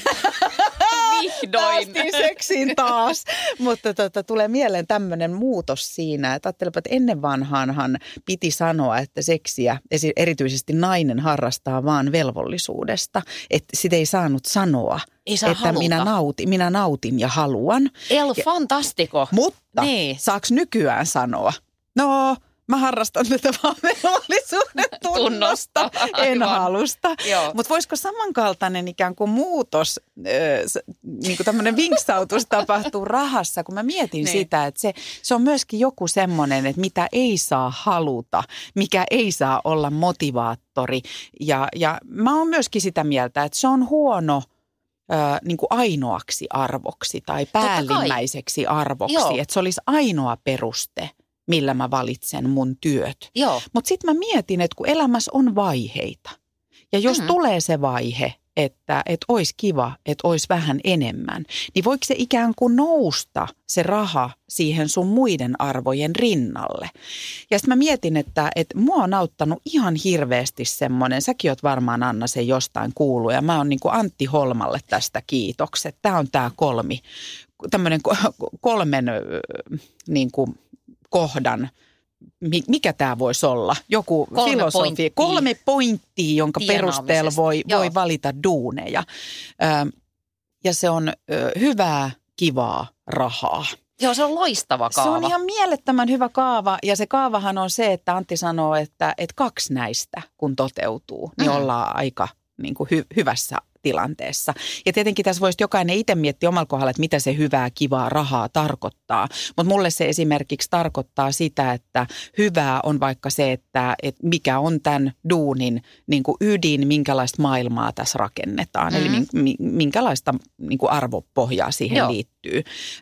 [SPEAKER 3] Vihdoin.
[SPEAKER 4] Päästiin seksiin taas. Mutta tota, tulee mieleen tämmöinen muutos siinä, että ajattelepa, että ennen vanhaanhan piti sanoa, että seksiä erityisesti nainen harrastaa vaan velvollisuudesta. Että sitä ei saanut sanoa,
[SPEAKER 3] ei saa
[SPEAKER 4] että minä nautin, minä nautin ja haluan.
[SPEAKER 3] El
[SPEAKER 4] ja,
[SPEAKER 3] fantastico.
[SPEAKER 4] Mutta
[SPEAKER 3] niin.
[SPEAKER 4] Saaks nykyään sanoa? No... Mä harrastan tätä vaan velvollisuuden tunnosta, en halusta. Mutta voisiko samankaltainen ikään kuin muutos, äh, niin kuin tämmöinen vinksautus tapahtuu rahassa, kun mä mietin niin. sitä, että se, se on myöskin joku semmoinen, että mitä ei saa haluta, mikä ei saa olla motivaattori. Ja, ja mä oon myöskin sitä mieltä, että se on huono äh, niin kuin ainoaksi arvoksi tai päällimmäiseksi arvoksi, että se olisi ainoa peruste. Millä mä valitsen mun työt. Mutta sitten mä mietin, että kun elämässä on vaiheita. Ja jos mm. tulee se vaihe, että et olisi kiva, että olisi vähän enemmän, niin voiko se ikään kuin nousta se raha siihen sun muiden arvojen rinnalle? Ja sitten mä mietin, että et mua on auttanut ihan hirveästi semmoinen, säkin oot varmaan Anna sen jostain kuullut, ja mä oon niin kuin Antti Holmalle tästä kiitokset. Tää on tää kolmi, tämmöinen kolmen niin kuin kohdan, mikä tämä voisi olla? Joku
[SPEAKER 3] kolme
[SPEAKER 4] filosofia.
[SPEAKER 3] Pointtia.
[SPEAKER 4] Kolme pointtia, jonka perusteella voi, voi valita duuneja. Ö, ja se on ö, hyvää, kivaa rahaa.
[SPEAKER 3] Joo, se on loistava kaava.
[SPEAKER 4] Se on ihan mielettömän hyvä kaava. Ja se kaavahan on se, että Antti sanoo, että, että kaksi näistä, kun toteutuu, niin mm-hmm. ollaan aika niin kuin hy, hyvässä tilanteessa. Ja tietenkin tässä voisi jokainen itse miettiä omalla kohdalla, että mitä se hyvää, kivaa rahaa tarkoittaa. Mutta mulle se esimerkiksi tarkoittaa sitä, että hyvää on vaikka se, että, että mikä on tämän duunin niin kuin ydin, minkälaista maailmaa tässä rakennetaan. Mm-hmm. Eli minkälaista niin kuin arvopohjaa siihen Joo. liittyy.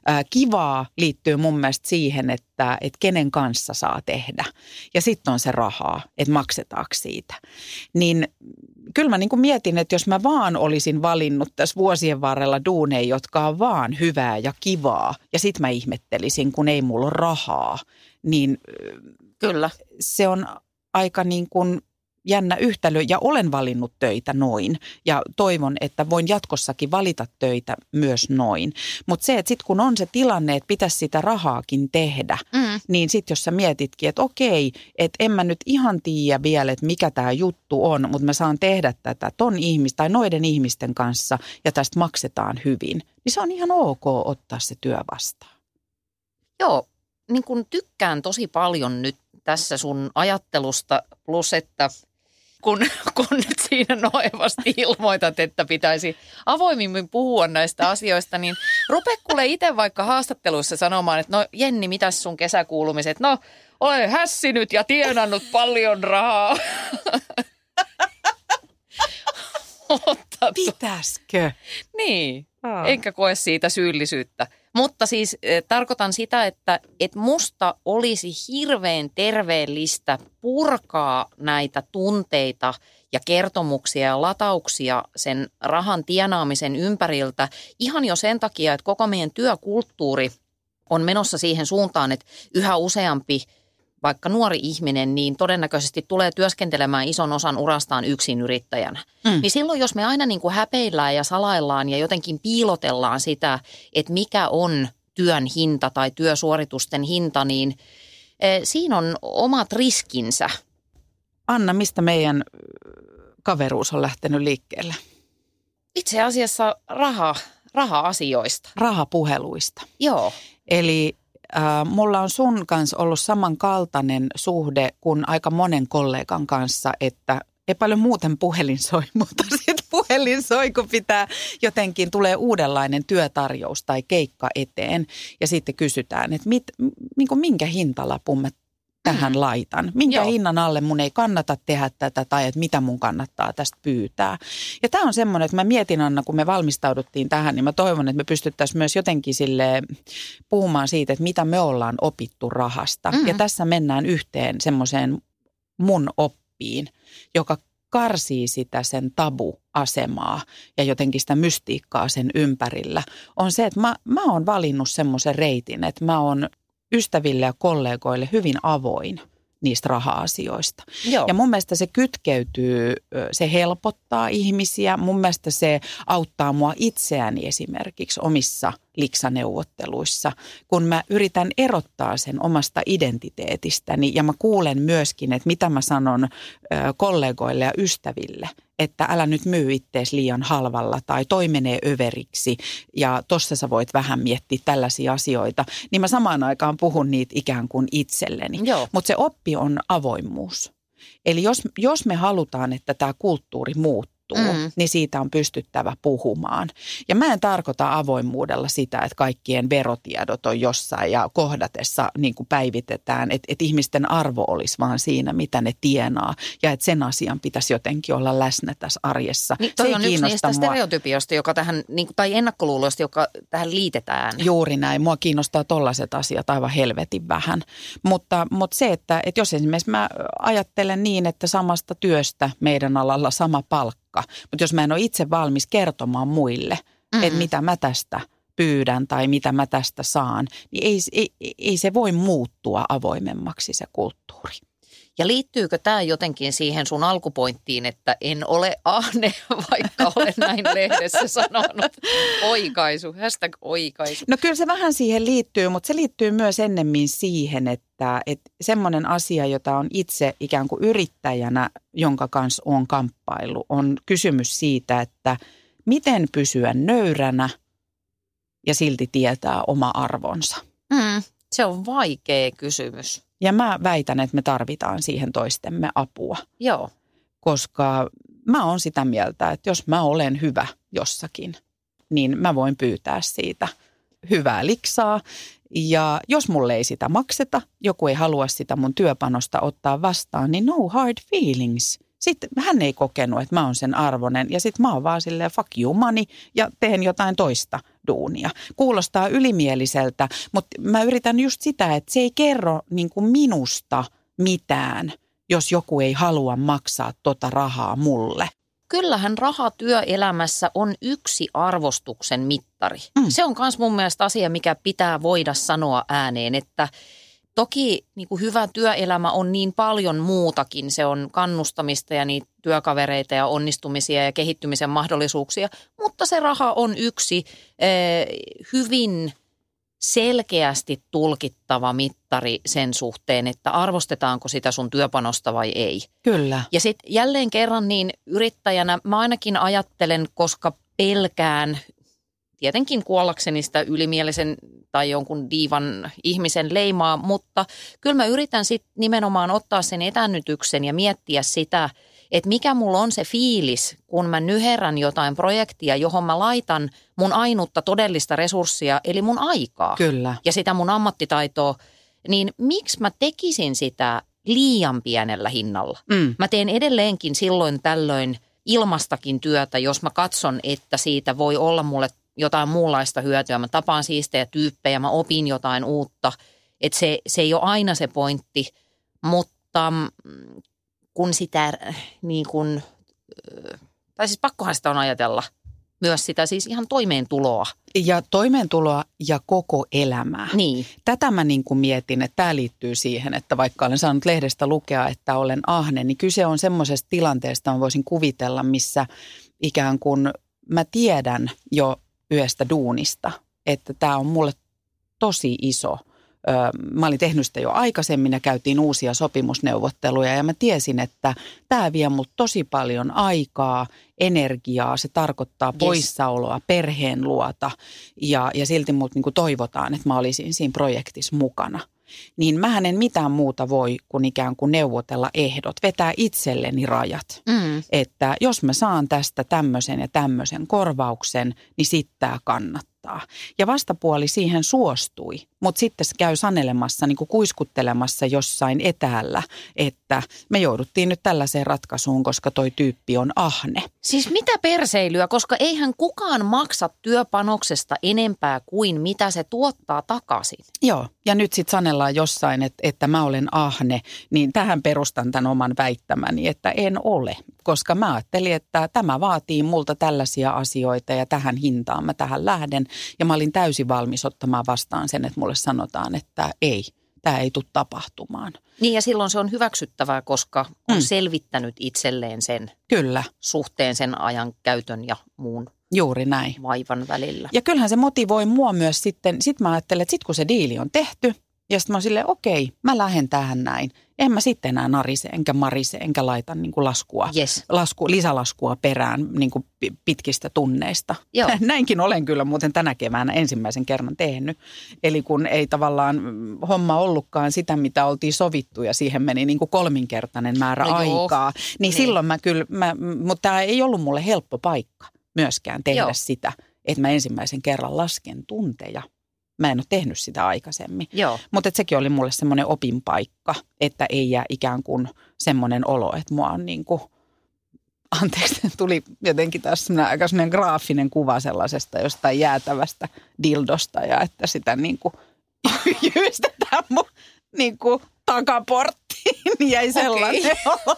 [SPEAKER 4] Kivaa liittyy mun mielestä siihen, että, että kenen kanssa saa tehdä. Ja sitten on se rahaa, että maksetaanko siitä. Niin kyllä mä niin kuin mietin, että jos mä vaan olisin valinnut tässä vuosien varrella duuneja, jotka on vaan hyvää ja kivaa, ja sit mä ihmettelisin, kun ei mulla ole rahaa, niin
[SPEAKER 3] kyllä
[SPEAKER 4] se on aika niin kuin jännä yhtälö, ja olen valinnut töitä noin, ja toivon, että voin jatkossakin valita töitä myös noin. Mutta se, että sitten kun on se tilanne, että pitäisi sitä rahaakin tehdä, mm. niin sitten jos sä mietitkin, että okei, että en mä nyt ihan tiedä vielä, että mikä tämä juttu on, mutta mä saan tehdä tätä ton ihmisten tai noiden ihmisten kanssa, ja tästä maksetaan hyvin, niin se on ihan ok ottaa se työ vastaan.
[SPEAKER 3] Joo, niin kun tykkään tosi paljon nyt tässä sun ajattelusta, plus että kun, kun nyt siinä noivasti ilmoitat, että pitäisi avoimimmin puhua näistä asioista, niin rupea kuule itse vaikka haastatteluissa sanomaan, että no Jenni, mitäs sun kesäkuulumiset? No, olen hässinyt ja tienannut paljon rahaa.
[SPEAKER 4] Pitäisikö?
[SPEAKER 3] Niin, oh. Enkä koe siitä syyllisyyttä. Mutta siis eh, tarkoitan sitä, että et musta olisi hirveän terveellistä purkaa näitä tunteita ja kertomuksia ja latauksia sen rahan tienaamisen ympäriltä ihan jo sen takia, että koko meidän työkulttuuri on menossa siihen suuntaan, että yhä useampi vaikka nuori ihminen, niin todennäköisesti tulee työskentelemään ison osan urastaan yksin yrittäjänä. Mm. Niin silloin, jos me aina niin kuin häpeillään ja salaillaan ja jotenkin piilotellaan sitä, että mikä on työn hinta tai työsuoritusten hinta, niin e, siinä on omat riskinsä.
[SPEAKER 4] Anna, mistä meidän kaveruus on lähtenyt liikkeelle?
[SPEAKER 3] Itse asiassa raha, raha-asioista.
[SPEAKER 4] Rahapuheluista.
[SPEAKER 3] Joo.
[SPEAKER 4] Eli Äh, mulla on sun kanssa ollut samankaltainen suhde kuin aika monen kollegan kanssa, että ei paljon muuten puhelin soi, mutta sitten puhelin soi, kun pitää jotenkin, tulee uudenlainen työtarjous tai keikka eteen. Ja sitten kysytään, että mit, niin kuin minkä hintalapun mä tähän mm. laitan. Minkä Joo. hinnan alle mun ei kannata tehdä tätä tai että mitä mun kannattaa tästä pyytää. Ja tämä on semmoinen, että mä mietin, Anna, kun me valmistauduttiin tähän, niin mä toivon, että me pystyttäisiin myös jotenkin sille puhumaan siitä, että mitä me ollaan opittu rahasta. Mm. Ja tässä mennään yhteen semmoiseen mun oppiin, joka karsii sitä sen tabu-asemaa ja jotenkin sitä mystiikkaa sen ympärillä, on se, että mä, mä oon valinnut semmoisen reitin, että mä oon ystäville ja kollegoille hyvin avoin niistä raha-asioista. Joo. Ja mun mielestä se kytkeytyy, se helpottaa ihmisiä. Mun mielestä se auttaa mua itseäni esimerkiksi omissa liksaneuvotteluissa, kun mä yritän erottaa sen omasta identiteetistäni ja mä kuulen myöskin, että mitä mä sanon kollegoille ja ystäville, että älä nyt myy ittees liian halvalla tai toi menee överiksi ja tossa sä voit vähän miettiä tällaisia asioita, niin mä samaan aikaan puhun niitä ikään kuin itselleni. Mutta se oppi on avoimuus. Eli jos, jos me halutaan, että tämä kulttuuri muuttuu, Mm. niin siitä on pystyttävä puhumaan. Ja mä en tarkoita avoimuudella sitä, että kaikkien verotiedot on jossain ja kohdatessa niin kuin päivitetään, että, että ihmisten arvo olisi vaan siinä, mitä ne tienaa ja että sen asian pitäisi jotenkin olla läsnä tässä arjessa.
[SPEAKER 3] Niin, toi on yksi niistä stereotypioista, joka tähän, niin kuin, tai ennakkoluuloista, joka tähän liitetään.
[SPEAKER 4] Juuri näin. Mua kiinnostaa tollaiset asiat aivan helvetin vähän. Mutta, mutta se, että, että jos esimerkiksi mä ajattelen niin, että samasta työstä meidän alalla sama palkka, mutta jos mä en ole itse valmis kertomaan muille, mm-hmm. että mitä mä tästä pyydän tai mitä mä tästä saan, niin ei, ei, ei se voi muuttua avoimemmaksi se kulttuuri.
[SPEAKER 3] Ja liittyykö tämä jotenkin siihen sun alkupointtiin, että en ole ahne, vaikka olen näin lehdessä sanonut? Oikaisu, hashtag oikaisu.
[SPEAKER 4] No kyllä se vähän siihen liittyy, mutta se liittyy myös ennemmin siihen, että, että semmoinen asia, jota on itse ikään kuin yrittäjänä, jonka kanssa on kamppailu, on kysymys siitä, että miten pysyä nöyränä ja silti tietää oma arvonsa.
[SPEAKER 3] Mm, se on vaikea kysymys.
[SPEAKER 4] Ja mä väitän, että me tarvitaan siihen toistemme apua.
[SPEAKER 3] Joo.
[SPEAKER 4] Koska mä oon sitä mieltä, että jos mä olen hyvä jossakin, niin mä voin pyytää siitä hyvää liksaa. Ja jos mulle ei sitä makseta, joku ei halua sitä mun työpanosta ottaa vastaan, niin no hard feelings. Sitten hän ei kokenut, että mä oon sen arvoinen ja sitten mä oon vaan silleen fuck you money ja teen jotain toista duunia. Kuulostaa ylimieliseltä, mutta mä yritän just sitä, että se ei kerro niin kuin minusta mitään, jos joku ei halua maksaa tota rahaa mulle.
[SPEAKER 3] Kyllähän raha työelämässä on yksi arvostuksen mittari. Mm. Se on myös mun mielestä asia, mikä pitää voida sanoa ääneen, että toki niin kuin hyvä työelämä on niin paljon muutakin. Se on kannustamista ja niitä työkavereita ja onnistumisia ja kehittymisen mahdollisuuksia, mutta se raha on yksi eh, hyvin selkeästi tulkittava mittari sen suhteen, että arvostetaanko sitä sun työpanosta vai ei.
[SPEAKER 4] Kyllä.
[SPEAKER 3] Ja sitten jälleen kerran niin yrittäjänä mä ainakin ajattelen, koska pelkään tietenkin kuollakseni sitä ylimielisen tai jonkun diivan ihmisen leimaa, mutta kyllä mä yritän sitten nimenomaan ottaa sen etännytyksen ja miettiä sitä, että mikä mulla on se fiilis, kun mä nyherrän jotain projektia, johon mä laitan mun ainutta todellista resurssia, eli mun aikaa.
[SPEAKER 4] Kyllä.
[SPEAKER 3] Ja sitä mun ammattitaitoa, niin miksi mä tekisin sitä liian pienellä hinnalla? Mm. Mä teen edelleenkin silloin tällöin ilmastakin työtä, jos mä katson, että siitä voi olla mulle jotain muunlaista hyötyä. Mä tapaan siistejä tyyppejä, mä opin jotain uutta. Että se, se ei ole aina se pointti, mutta kun sitä niin kuin, tai siis pakkohan sitä on ajatella myös sitä siis ihan toimeentuloa.
[SPEAKER 4] Ja toimeentuloa ja koko elämää.
[SPEAKER 3] Niin.
[SPEAKER 4] Tätä mä niin kuin mietin, että tämä liittyy siihen, että vaikka olen saanut lehdestä lukea, että olen ahne, niin kyse on semmoisesta tilanteesta, mä voisin kuvitella, missä ikään kuin mä tiedän jo yhdestä duunista, että tämä on mulle tosi iso. Mä olin tehnyt sitä jo aikaisemmin ja käytiin uusia sopimusneuvotteluja ja mä tiesin, että tämä vie mut tosi paljon aikaa, energiaa, se tarkoittaa yes. poissaoloa, perheen luota ja, ja silti mut niinku toivotaan, että mä olisin siinä projektissa mukana. niin mähän en mitään muuta voi kuin ikään kuin neuvotella ehdot, vetää itselleni rajat. Mm. Että jos mä saan tästä tämmöisen ja tämmöisen korvauksen, niin sitten tämä kannattaa. Ja vastapuoli siihen suostui, mutta sitten se käy sanelemassa, niin kuin kuiskuttelemassa jossain etäällä, että me jouduttiin nyt tällaiseen ratkaisuun, koska toi tyyppi on ahne.
[SPEAKER 3] Siis mitä perseilyä, koska eihän kukaan maksa työpanoksesta enempää kuin mitä se tuottaa takaisin.
[SPEAKER 4] Joo, ja nyt sitten sanellaan jossain, että, että mä olen ahne, niin tähän perustan tämän oman väittämäni, että en ole. Koska mä ajattelin, että tämä vaatii multa tällaisia asioita ja tähän hintaan mä tähän lähden. Ja mä olin täysin valmis ottamaan vastaan sen, että mulle sanotaan, että ei, tämä ei tule tapahtumaan.
[SPEAKER 3] Niin ja silloin se on hyväksyttävää, koska on mm. selvittänyt itselleen sen
[SPEAKER 4] Kyllä.
[SPEAKER 3] suhteen sen ajan käytön ja muun
[SPEAKER 4] Juuri näin.
[SPEAKER 3] vaivan välillä.
[SPEAKER 4] Ja kyllähän se motivoi mua myös sitten, sit mä ajattelen, että sit kun se diili on tehty ja sitten mä oon silleen, okei, mä lähden tähän näin. En mä sitten enää narise, enkä marise, enkä laita niin kuin laskua,
[SPEAKER 3] yes.
[SPEAKER 4] lasku, lisälaskua perään niin kuin pitkistä tunneista.
[SPEAKER 3] Joo.
[SPEAKER 4] Näinkin olen kyllä muuten tänä keväänä ensimmäisen kerran tehnyt. Eli kun ei tavallaan homma ollutkaan sitä, mitä oltiin sovittu ja siihen meni niin kuin kolminkertainen määrä
[SPEAKER 3] no
[SPEAKER 4] aikaa. Niin, niin silloin mä kyllä, mä, mutta tämä ei ollut mulle helppo paikka myöskään tehdä Joo. sitä, että mä ensimmäisen kerran lasken tunteja. Mä en ole tehnyt sitä aikaisemmin. Mutta sekin oli mulle semmoinen opinpaikka, että ei jää ikään kuin semmoinen olo, että mua on niin kuin, anteeksi, tuli jotenkin taas semmoinen aika semmoinen graafinen kuva sellaisesta jostain jäätävästä dildosta ja että sitä niin kuin jyystetään mun niin kuin takaporttiin, jäi sellainen okay. olo.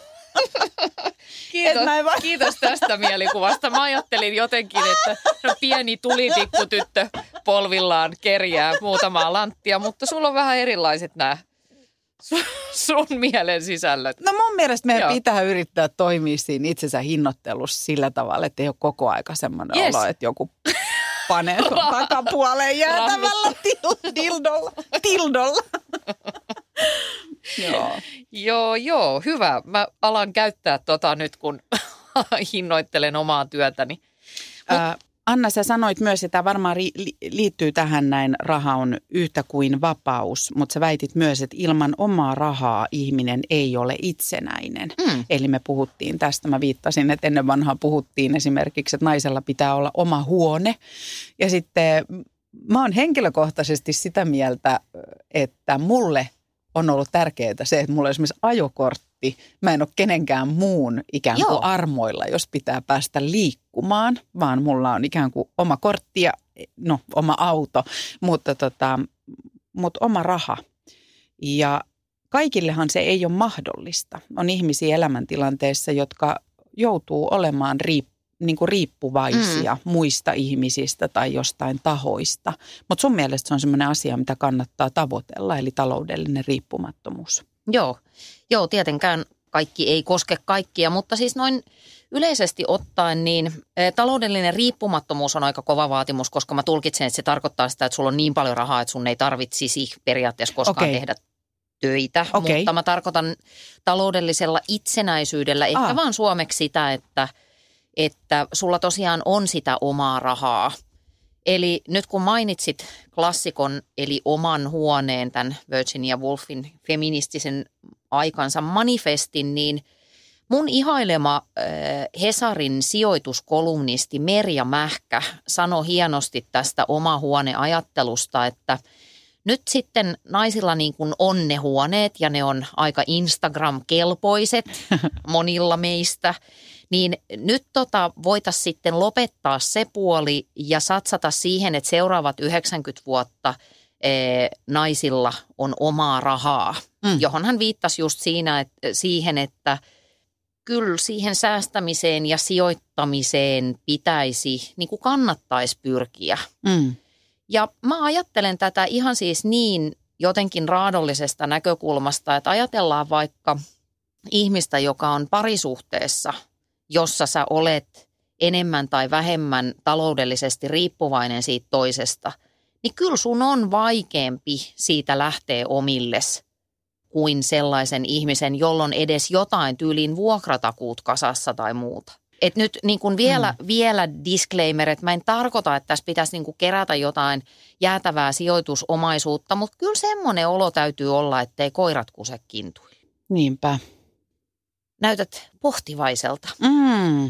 [SPEAKER 3] Kiitos, va- kiitos tästä mielikuvasta. Mä ajattelin jotenkin, että no pieni tulipikkutyttö polvillaan kerjää muutamaa lanttia, mutta sulla on vähän erilaiset nämä sun, sun mielen sisällöt.
[SPEAKER 4] No mun mielestä meidän Joo. pitää yrittää toimia siinä itsensä hinnoittelussa sillä tavalla, että ei ole koko aika semmoinen yes. olo, että joku panee sun takapuoleen jäätävällä til- dildolla. dildolla.
[SPEAKER 3] Joo. joo, joo, hyvä. Mä alan käyttää tota nyt, kun hinnoittelen omaa työtäni.
[SPEAKER 4] Ää, Anna, sä sanoit myös, että tämä varmaan ri- liittyy tähän näin, raha on yhtä kuin vapaus, mutta sä väitit myös, että ilman omaa rahaa ihminen ei ole itsenäinen. Mm. Eli me puhuttiin tästä, mä viittasin, että ennen vanhaa puhuttiin esimerkiksi, että naisella pitää olla oma huone. Ja sitten mä oon henkilökohtaisesti sitä mieltä, että mulle on ollut tärkeää se, että mulla on esimerkiksi ajokortti. Mä en ole kenenkään muun ikään kuin Joo. armoilla, jos pitää päästä liikkumaan, vaan mulla on ikään kuin oma kortti ja no, oma auto, mutta, tota, mutta oma raha. Ja kaikillehan se ei ole mahdollista. On ihmisiä elämäntilanteessa, jotka joutuu olemaan riippuvaisia. Niin kuin riippuvaisia mm. muista ihmisistä tai jostain tahoista. Mutta sun mielestä se on semmoinen asia, mitä kannattaa tavoitella, eli taloudellinen riippumattomuus.
[SPEAKER 3] Joo, Joo tietenkään kaikki ei koske kaikkia, mutta siis noin yleisesti ottaen niin e, taloudellinen riippumattomuus on aika kova vaatimus, koska mä tulkitsen, että se tarkoittaa sitä, että sulla on niin paljon rahaa, että sun ei tarvitsisi periaatteessa koskaan okay. tehdä töitä. Okay. Mutta mä tarkoitan taloudellisella itsenäisyydellä ehkä ah. vaan suomeksi sitä, että että sulla tosiaan on sitä omaa rahaa. Eli nyt kun mainitsit klassikon, eli oman huoneen, tämän Virginia Woolfin feministisen aikansa manifestin, niin mun ihailema äh, Hesarin sijoituskolumnisti Merja Mähkä sanoi hienosti tästä oma huoneajattelusta, että nyt sitten naisilla niin kuin on ne huoneet ja ne on aika Instagram-kelpoiset monilla meistä. Niin nyt tota voitaisiin sitten lopettaa se puoli ja satsata siihen, että seuraavat yhdeksänkymmentä vuotta e, naisilla on omaa rahaa, mm. johon hän viittasi just siinä, että, siihen, että kyllä siihen säästämiseen ja sijoittamiseen pitäisi, niin kuin kannattaisi pyrkiä. Mm. Ja mä ajattelen tätä ihan siis niin jotenkin raadollisesta näkökulmasta, että ajatellaan vaikka ihmistä, joka on parisuhteessa, jossa sä olet enemmän tai vähemmän taloudellisesti riippuvainen siitä toisesta, niin kyllä sun on vaikeampi siitä lähteä omilles kuin sellaisen ihmisen, jolla on edes jotain tyyliin vuokratakuut kasassa tai muuta. Et nyt niin kuin vielä, mm. vielä disclaimer, että mä en tarkoita, että tässä pitäisi niin kuin kerätä jotain jäätävää sijoitusomaisuutta, mutta kyllä semmoinen olo täytyy olla, ettei koirat kuse kintuille.
[SPEAKER 4] Niinpä.
[SPEAKER 3] Näytät pohtivaiselta.
[SPEAKER 4] Mm.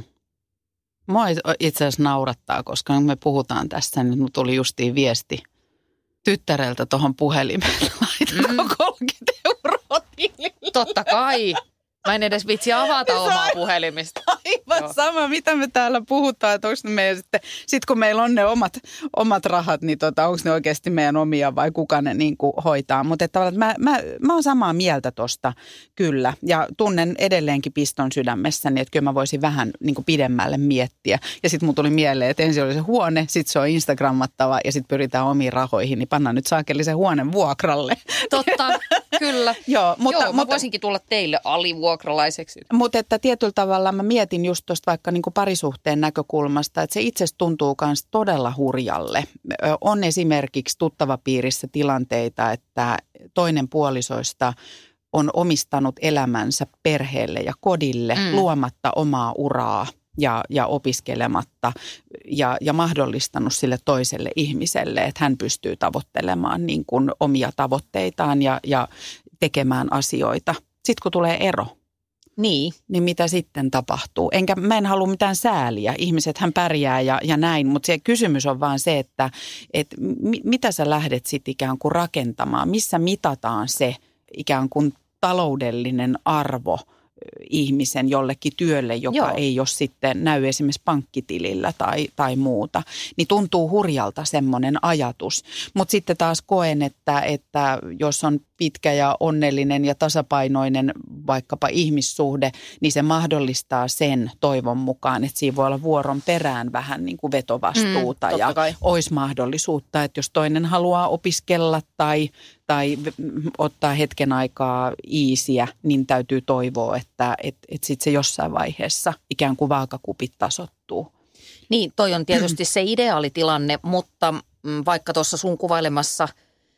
[SPEAKER 4] Mua itse asiassa naurattaa, koska kun me puhutaan tästä, niin mulla tuli justiin viesti tyttäreltä tuohon puhelimeen. Laitako mm. kolmekymmentä euroa tilille?
[SPEAKER 3] Totta kai. Mä en edes vitsi avata omaa puhelimista.
[SPEAKER 4] Aivan Joo. sama, mitä me täällä puhutaan, että onko ne meidän sitten, sit kun meillä on ne omat, omat rahat, niin tota, onko ne oikeasti meidän omia vai kuka ne niin kuin hoitaa. Mutta että mä, mä, mä oon samaa mieltä tosta kyllä ja tunnen edelleenkin piston sydämessäni, että kyllä mä voisin vähän niin kuin pidemmälle miettiä. Ja sitten mun tuli mieleen, että ensin oli se huone, sitten se on instagrammattava ja sitten pyritään omiin rahoihin, niin pannaan nyt saakeli se huoneen vuokralle.
[SPEAKER 3] Totta, kyllä.
[SPEAKER 4] Joo, mutta,
[SPEAKER 3] Joo, mä
[SPEAKER 4] mutta,
[SPEAKER 3] voisinkin tulla teille alivuokralaiseksi.
[SPEAKER 4] Mutta että tietyllä tavalla mä mietin just tuosta vaikka niin kuin parisuhteen näkökulmasta, että se itsestä tuntuu myös todella hurjalle. On esimerkiksi tuttavapiirissä tilanteita, että toinen puolisoista on omistanut elämänsä perheelle ja kodille mm. luomatta omaa uraa ja, ja opiskelematta ja, ja mahdollistanut sille toiselle ihmiselle, että hän pystyy tavoittelemaan niin kuin omia tavoitteitaan ja, ja tekemään asioita. Sitten kun tulee ero.
[SPEAKER 3] Niin.
[SPEAKER 4] Niin mitä sitten tapahtuu? Enkä mä en halua mitään sääliä. Ihmisethän pärjää ja, ja näin, mutta se kysymys on vaan se, että et mi, mitä sä lähdet sitten ikään kuin rakentamaan? Missä mitataan se ikään kuin taloudellinen arvo ihmisen jollekin työlle, joka Joo. ei ole sitten näy esimerkiksi pankkitilillä tai, tai muuta, niin tuntuu hurjalta semmoinen ajatus. Mutta sitten taas koen, että, että jos on pitkä ja onnellinen ja tasapainoinen vaikkapa ihmissuhde, niin se mahdollistaa sen toivon mukaan, että siinä voi olla vuoron perään vähän niin kuin vetovastuuta mm, ja kai. Olisi mahdollisuutta, että jos toinen haluaa opiskella tai, tai ottaa hetken aikaa iisiä, niin täytyy toivoa, että et, et sitten se jossain vaiheessa ikään kuin vaakakupit tasoittuu.
[SPEAKER 3] Niin, toi on tietysti se ideaalitilanne, mutta vaikka tuossa sun kuvailemassa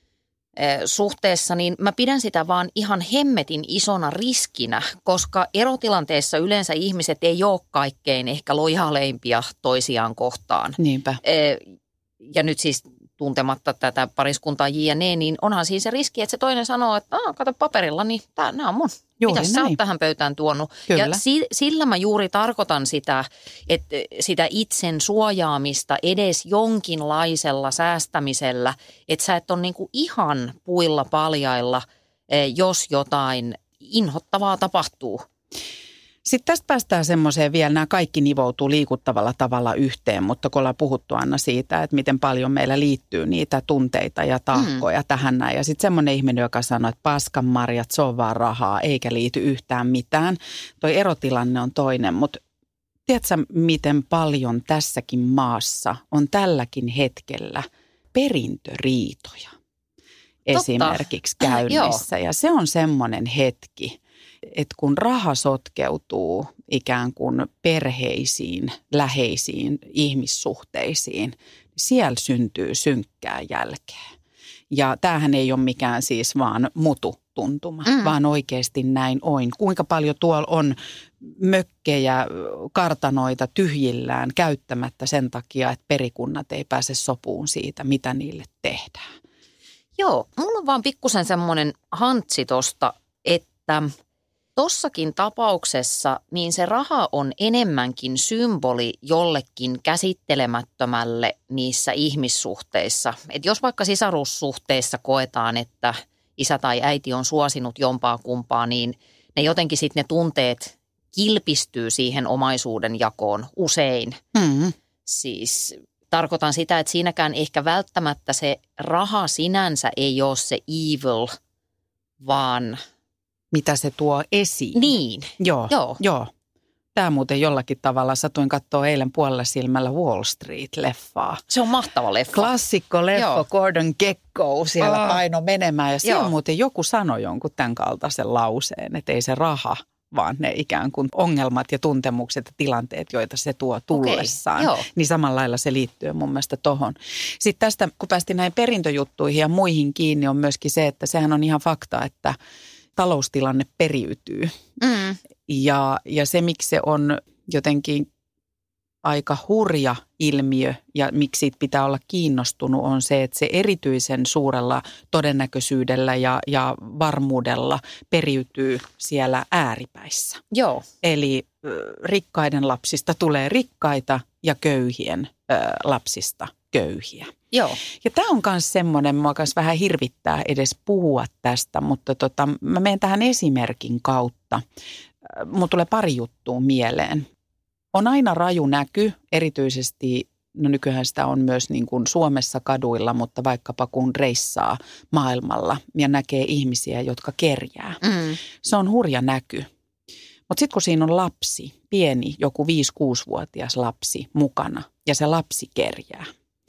[SPEAKER 3] suhteessa, niin mä pidän sitä vaan ihan hemmetin isona riskinä, koska erotilanteessa yleensä ihmiset ei ole kaikkein ehkä lojaleimpia toisiaan kohtaan.
[SPEAKER 4] Niinpä.
[SPEAKER 3] Ja nyt siis tuntematta tätä pariskuntaa jne, niin onhan siinä se riski, että se toinen sanoo, että Aa, kato paperilla, niin nämä on mun. Juuri Mitäs näin. Sä oot tähän pöytään tuonut? Kyllä. Ja si, sillä mä juuri tarkoitan sitä, että sitä itsen suojaamista edes jonkinlaisella säästämisellä, että sä et ole niinku ihan puilla paljailla, jos jotain inhottavaa tapahtuu.
[SPEAKER 4] Sitten tästä päästään semmoiseen vielä, nämä kaikki nivoutuu liikuttavalla tavalla yhteen, mutta kun ollaan puhuttu Anna siitä, että miten paljon meillä liittyy niitä tunteita ja taakkoja mm. tähän näin. Ja sitten semmoinen ihminen, joka sanoo, että paskan marjat, se on vaan rahaa, eikä liity yhtään mitään. Toi erotilanne on toinen, mutta tiedätkö miten paljon tässäkin maassa on tälläkin hetkellä perintöriitoja esimerkiksi Totta. käynnissä. Ja se on semmoinen hetki, että kun raha sotkeutuu ikään kuin perheisiin, läheisiin ihmissuhteisiin, niin siellä syntyy synkkää jälkeä. Ja tämähän ei ole mikään siis vaan mututuntuma, mm. vaan oikeasti näin on. Kuinka paljon tuolla on mökkejä, kartanoita tyhjillään käyttämättä sen takia, että perikunnat ei pääse sopuun siitä, mitä niille tehdään.
[SPEAKER 3] Joo, mulla on vaan pikkusen semmoinen hantsi tosta, että tossakin tapauksessa niin se raha on enemmänkin symboli jollekin käsittelemättömälle niissä ihmissuhteissa. Et jos vaikka sisarussuhteissa koetaan, että isä tai äiti on suosinut jompaa kumpaa, niin ne jotenkin sitten ne tunteet kilpistyy siihen omaisuuden jakoon usein. Mm-hmm. Siis tarkoitan sitä, että siinäkään ehkä välttämättä se raha sinänsä ei ole se evil, vaan
[SPEAKER 4] mitä se tuo esiin.
[SPEAKER 3] Niin.
[SPEAKER 4] Joo, joo. joo. Tämä muuten jollakin tavalla, satuin katsoa eilen puolella silmällä Wall Street-leffaa.
[SPEAKER 3] Se on mahtava leffa.
[SPEAKER 4] Klassikko leffa, joo. Gordon Gekko siellä oh. paino menemään. Ja siellä muuten joku sanoi jonkun tämän kaltaisen lauseen, että ei se raha, vaan ne ikään kuin ongelmat ja tuntemukset ja tilanteet, joita se tuo tullessaan. Okay. Niin samalla lailla se liittyy mun mielestä tohon. Sitten tästä, kun päästiin näihin perintöjuttuihin ja muihin kiinni, on myöskin se, että sehän on ihan fakta, että taloustilanne periytyy. Mm. Ja, ja se, miksi se on jotenkin aika hurja ilmiö ja miksi siitä pitää olla kiinnostunut on se, että se erityisen suurella todennäköisyydellä ja, ja varmuudella periytyy siellä ääripäissä.
[SPEAKER 3] Joo.
[SPEAKER 4] Eli rikkaiden lapsista tulee rikkaita ja köyhien ö, lapsista köyhiä.
[SPEAKER 3] Joo.
[SPEAKER 4] Ja tämä on myös semmoinen, mua myös vähän hirvittää edes puhua tästä, mutta tota, mä menen tähän esimerkin kautta. Mulla tulee pari juttua mieleen. On aina raju näky, erityisesti, no nykyään sitä on myös niin kuin Suomessa kaduilla, mutta vaikkapa kun reissaa maailmalla ja näkee ihmisiä, jotka kerjää. Mm. Se on hurja näky. Mutta sitten kun siinä on lapsi, pieni, joku viisi-kuusivuotias lapsi mukana ja se lapsi kerjää,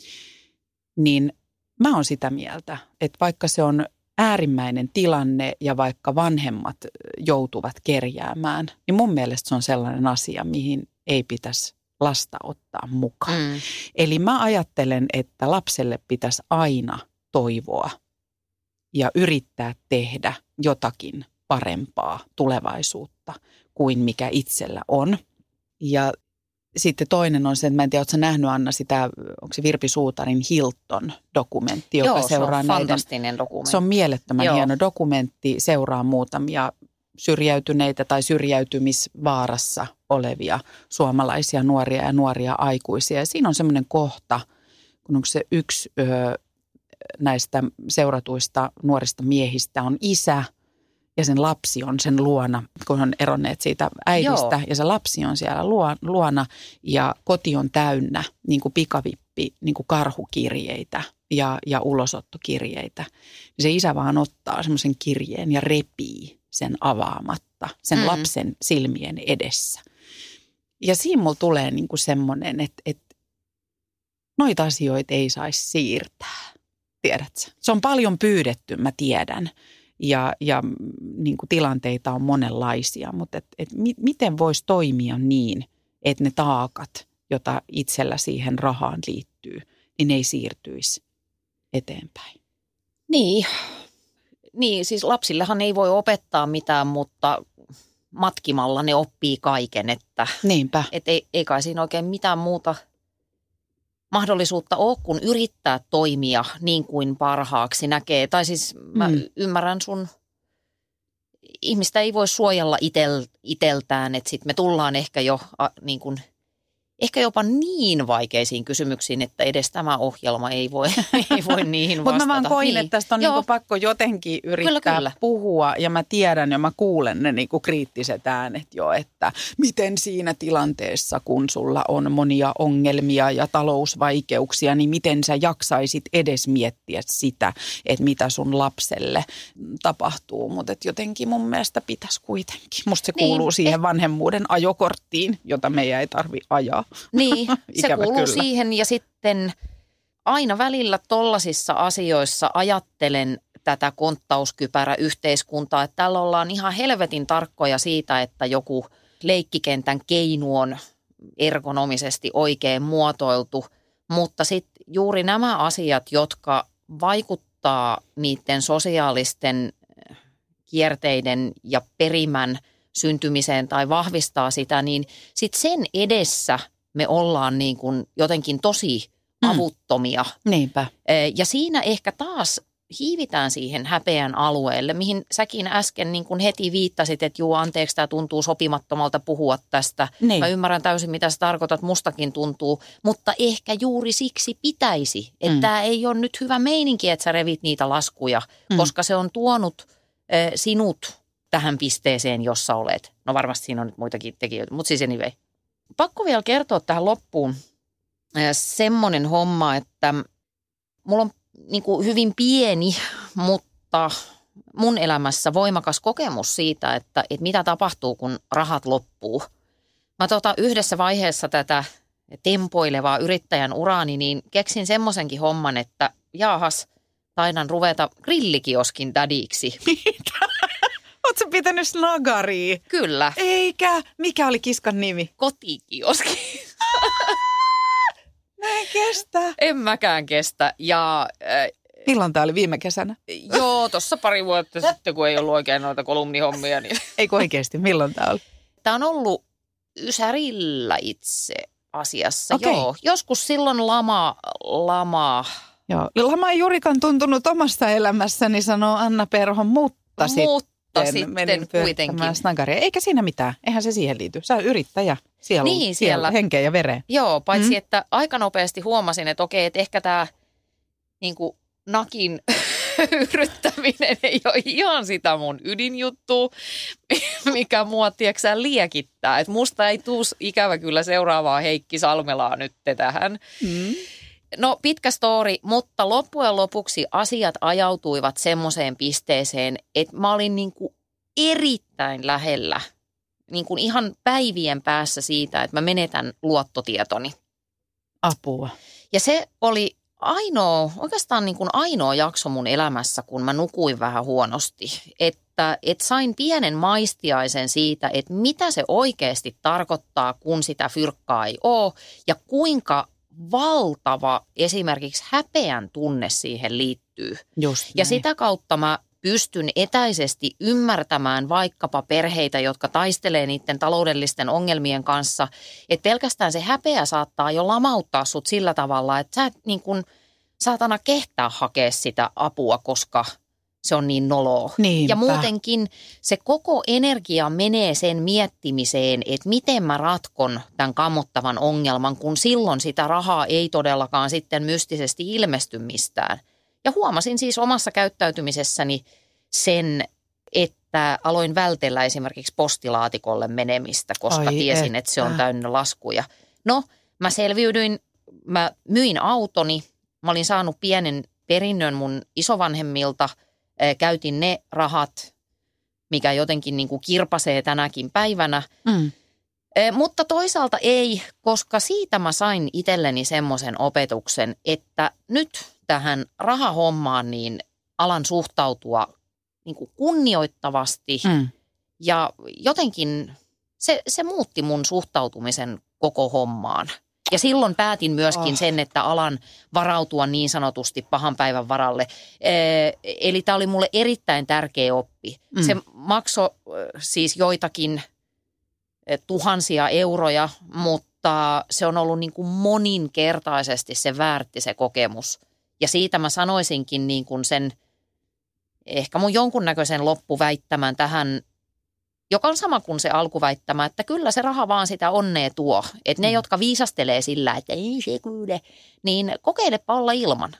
[SPEAKER 4] niin mä oon sitä mieltä, että vaikka se on äärimmäinen tilanne ja vaikka vanhemmat joutuvat kerjäämään, niin mun mielestä se on sellainen asia, mihin ei pitäisi lasta ottaa mukaan. Mm. Eli mä ajattelen, että lapselle pitäisi aina toivoa ja yrittää tehdä jotakin parempaa tulevaisuutta kuin mikä itsellä on. Ja sitten toinen on se, että mä en tiedä, ootko sä nähnyt, Anna, sitä, onko se Virpi Suutarin Hilton-dokumentti, joka
[SPEAKER 3] Joo,
[SPEAKER 4] seuraa
[SPEAKER 3] se on
[SPEAKER 4] näiden,
[SPEAKER 3] fantastinen dokumentti.
[SPEAKER 4] Se on mielettömän
[SPEAKER 3] Joo.
[SPEAKER 4] hieno dokumentti, seuraa muutamia syrjäytyneitä tai syrjäytymisvaarassa olevia suomalaisia nuoria ja nuoria aikuisia. Ja siinä on semmoinen kohta, kun onko se yksi ö, näistä seuratuista nuorista miehistä on isä, ja sen lapsi on sen luona, kun on eronneet siitä äidistä. Joo. Ja se lapsi on siellä luona ja koti on täynnä niin kuin pikavippi, niin kuin karhukirjeitä ja, ja ulosottokirjeitä. Ja se isä vaan ottaa semmoisen kirjeen ja repii sen avaamatta sen mm. lapsen silmien edessä. Ja siinä mulla tulee niin kuin semmoinen, että, että noita asioita ei saisi siirtää. Tiedätkö? Se on paljon pyydetty, mä tiedän. Ja, ja niin kuin tilanteita on monenlaisia, mutta et, et mi, miten voisi toimia niin, että ne taakat, jota itsellä siihen rahaan liittyy, niin ne ei siirtyisi eteenpäin.
[SPEAKER 3] Niin, niin siis lapsillehan ei voi opettaa mitään, mutta matkimalla ne oppii kaiken, että
[SPEAKER 4] Niinpä.
[SPEAKER 3] Et ei, ei kai siinä oikein mitään muuta mahdollisuutta ole, kun yrittää toimia niin kuin parhaaksi näkee. Tai siis mä mm. ymmärrän sun, ihmistä ei voi suojella itel, iteltään, että sitten me tullaan ehkä jo a, niin kuin, ehkä jopa niin vaikeisiin kysymyksiin, että edes tämä ohjelma ei voi, ei voi niihin vastata.
[SPEAKER 4] Mutta mä vaan koin,
[SPEAKER 3] niin.
[SPEAKER 4] että tästä on niinku pakko jotenkin yrittää kyllä, kyllä. puhua ja mä tiedän ja mä kuulen ne niinku kriittiset äänet jo, että miten siinä tilanteessa, kun sulla on monia ongelmia ja talousvaikeuksia, niin miten sä jaksaisit edes miettiä sitä, että mitä sun lapselle tapahtuu. Mutta jotenkin mun mielestä pitäisi kuitenkin. Musta se kuuluu niin, siihen vanhemmuuden ajokorttiin, jota meidän ei tarvitse ajaa.
[SPEAKER 3] Niin, se kuuluu kyllä siihen ja sitten aina välillä tollasissa asioissa ajattelen tätä konttauskypärä-yhteiskuntaa, että täällä ollaan ihan helvetin tarkkoja siitä, että joku leikkikentän keinu on ergonomisesti oikein muotoiltu, mutta sitten juuri nämä asiat, jotka vaikuttaa niiden sosiaalisten kierteiden ja perimän syntymiseen tai vahvistaa sitä, niin sitten sen edessä me ollaan niin kuin jotenkin tosi avuttomia.
[SPEAKER 4] Mm. Niinpä.
[SPEAKER 3] Ja siinä ehkä taas hiivitään siihen häpeän alueelle, mihin säkin äsken niin kuin heti viittasit, että juu, anteeksi, tämä tuntuu sopimattomalta puhua tästä. Niin. Mä ymmärrän täysin, mitä sä tarkoitat, mustakin tuntuu, mutta ehkä juuri siksi pitäisi, että mm. tämä ei ole nyt hyvä meininki, että sä revit niitä laskuja, mm. koska se on tuonut äh, sinut tähän pisteeseen, jossa olet. No varmasti siinä on nyt muitakin tekijöitä, mutta siis anyway. Pakko vielä kertoa tähän loppuun äh, semmoinen homma, että mulla on niin kuin hyvin pieni, mutta mun elämässä voimakas kokemus siitä, että, että mitä tapahtuu, kun rahat loppuu. Mä tota yhdessä vaiheessa tätä tempoilevaa yrittäjän uraani, niin keksin semmoisenkin homman, että jaahas, taidan ruveta grillikioskin dadiksi.
[SPEAKER 4] Mitä? Ootko pitänyt snagaria?
[SPEAKER 3] Kyllä.
[SPEAKER 4] Eikä. Mikä oli kiskan nimi?
[SPEAKER 3] Kotikioski.
[SPEAKER 4] Mä en kestä.
[SPEAKER 3] En mäkään kestä. Ja, äh,
[SPEAKER 4] milloin tää oli viime kesänä?
[SPEAKER 3] Joo, tossa pari vuotta sitten, kun ei ollut oikein noita kolumnihommia. Niin.
[SPEAKER 4] Eikö oikeasti? Milloin tää oli?
[SPEAKER 3] Tää on ollut Ysärillä itse asiassa,
[SPEAKER 4] Okei.
[SPEAKER 3] joo. Joskus silloin lama, lama.
[SPEAKER 4] Joo. Lama ei juurikaan tuntunut omassa elämässäni, sanoo Anna Perho, mutta,
[SPEAKER 3] Mutta
[SPEAKER 4] sitten,
[SPEAKER 3] sitten
[SPEAKER 4] menin
[SPEAKER 3] kuitenkin.
[SPEAKER 4] snagaria. Eikä siinä mitään, eihän se siihen liity. Sä yrittäjä siellä,
[SPEAKER 3] Niin,
[SPEAKER 4] siellä.
[SPEAKER 3] siellä.
[SPEAKER 4] henkeä ja vereen.
[SPEAKER 3] Joo, paitsi
[SPEAKER 4] Mm.
[SPEAKER 3] että aika nopeasti huomasin, että okei, että ehkä tämä niin kuin nakin yrittäminen ei ole ihan sitä mun ydinjuttua, mikä mua, tiedätkö, liekittää. Että musta ei tuu ikävä kyllä seuraavaa Heikki Salmelaa nyt tähän.
[SPEAKER 4] Mm.
[SPEAKER 3] No pitkä story, mutta loppujen lopuksi asiat ajautuivat semmoiseen pisteeseen, että mä olin niin kuin erittäin lähellä, niin kuin ihan päivien päässä siitä, että mä menetän luottotietoni.
[SPEAKER 4] Apua.
[SPEAKER 3] Ja se oli ainoa, oikeastaan niin kuin ainoa jakso mun elämässä, kun mä nukuin vähän huonosti. Että et sain pienen maistiaisen siitä, että mitä se oikeasti tarkoittaa, kun sitä fyrkkaa ei ole. Ja kuinka valtava esimerkiksi häpeän tunne siihen liittyy.
[SPEAKER 4] Just
[SPEAKER 3] Ja
[SPEAKER 4] näin.
[SPEAKER 3] sitä kautta mä pystyn etäisesti ymmärtämään vaikkapa perheitä, jotka taistelee niiden taloudellisten ongelmien kanssa, että pelkästään se häpeä saattaa jo lamauttaa sut sillä tavalla, että sä et niin kuin saatana kehtää hakea sitä apua, koska se on niin noloa.
[SPEAKER 4] Niinpä.
[SPEAKER 3] Ja muutenkin se koko energia menee sen miettimiseen, että miten mä ratkon tämän kammottavan ongelman, kun silloin sitä rahaa ei todellakaan sitten mystisesti ilmesty mistään. Ja huomasin siis omassa käyttäytymisessäni sen, että aloin vältellä esimerkiksi postilaatikolle menemistä, koska
[SPEAKER 4] Ai
[SPEAKER 3] tiesin,
[SPEAKER 4] että.
[SPEAKER 3] että se on täynnä laskuja. No, mä selviydyin, mä myin autoni, mä olin saanut pienen perinnön mun isovanhemmilta, käytin ne rahat, mikä jotenkin niin kuin kirpasee tänäkin päivänä.
[SPEAKER 4] Mm.
[SPEAKER 3] E, mutta toisaalta ei, koska siitä mä sain itselleni semmoisen opetuksen, että nyt tähän rahahommaan niin alan suhtautua niin kuin kunnioittavasti
[SPEAKER 4] Mm.
[SPEAKER 3] ja jotenkin se, se muutti mun suhtautumisen koko hommaan. Ja silloin päätin myöskin
[SPEAKER 4] Oh.
[SPEAKER 3] sen, että alan varautua niin sanotusti pahan päivän varalle. Ee, eli tämä oli mulle erittäin tärkeä oppi.
[SPEAKER 4] Mm.
[SPEAKER 3] Se maksoi siis joitakin tuhansia euroja, mutta se on ollut niin kuin moninkertaisesti se väärti se kokemus. Ja siitä mä sanoisinkin niin kuin sen, ehkä mun jonkunnäköisen loppuväittämän tähän, joka on sama kuin se alkuväittämä, että kyllä se raha vaan sitä onnea tuo. Että ne,
[SPEAKER 4] Mm.
[SPEAKER 3] jotka viisastelee sillä, että ei se kyllä, niin kokeilepa olla ilman.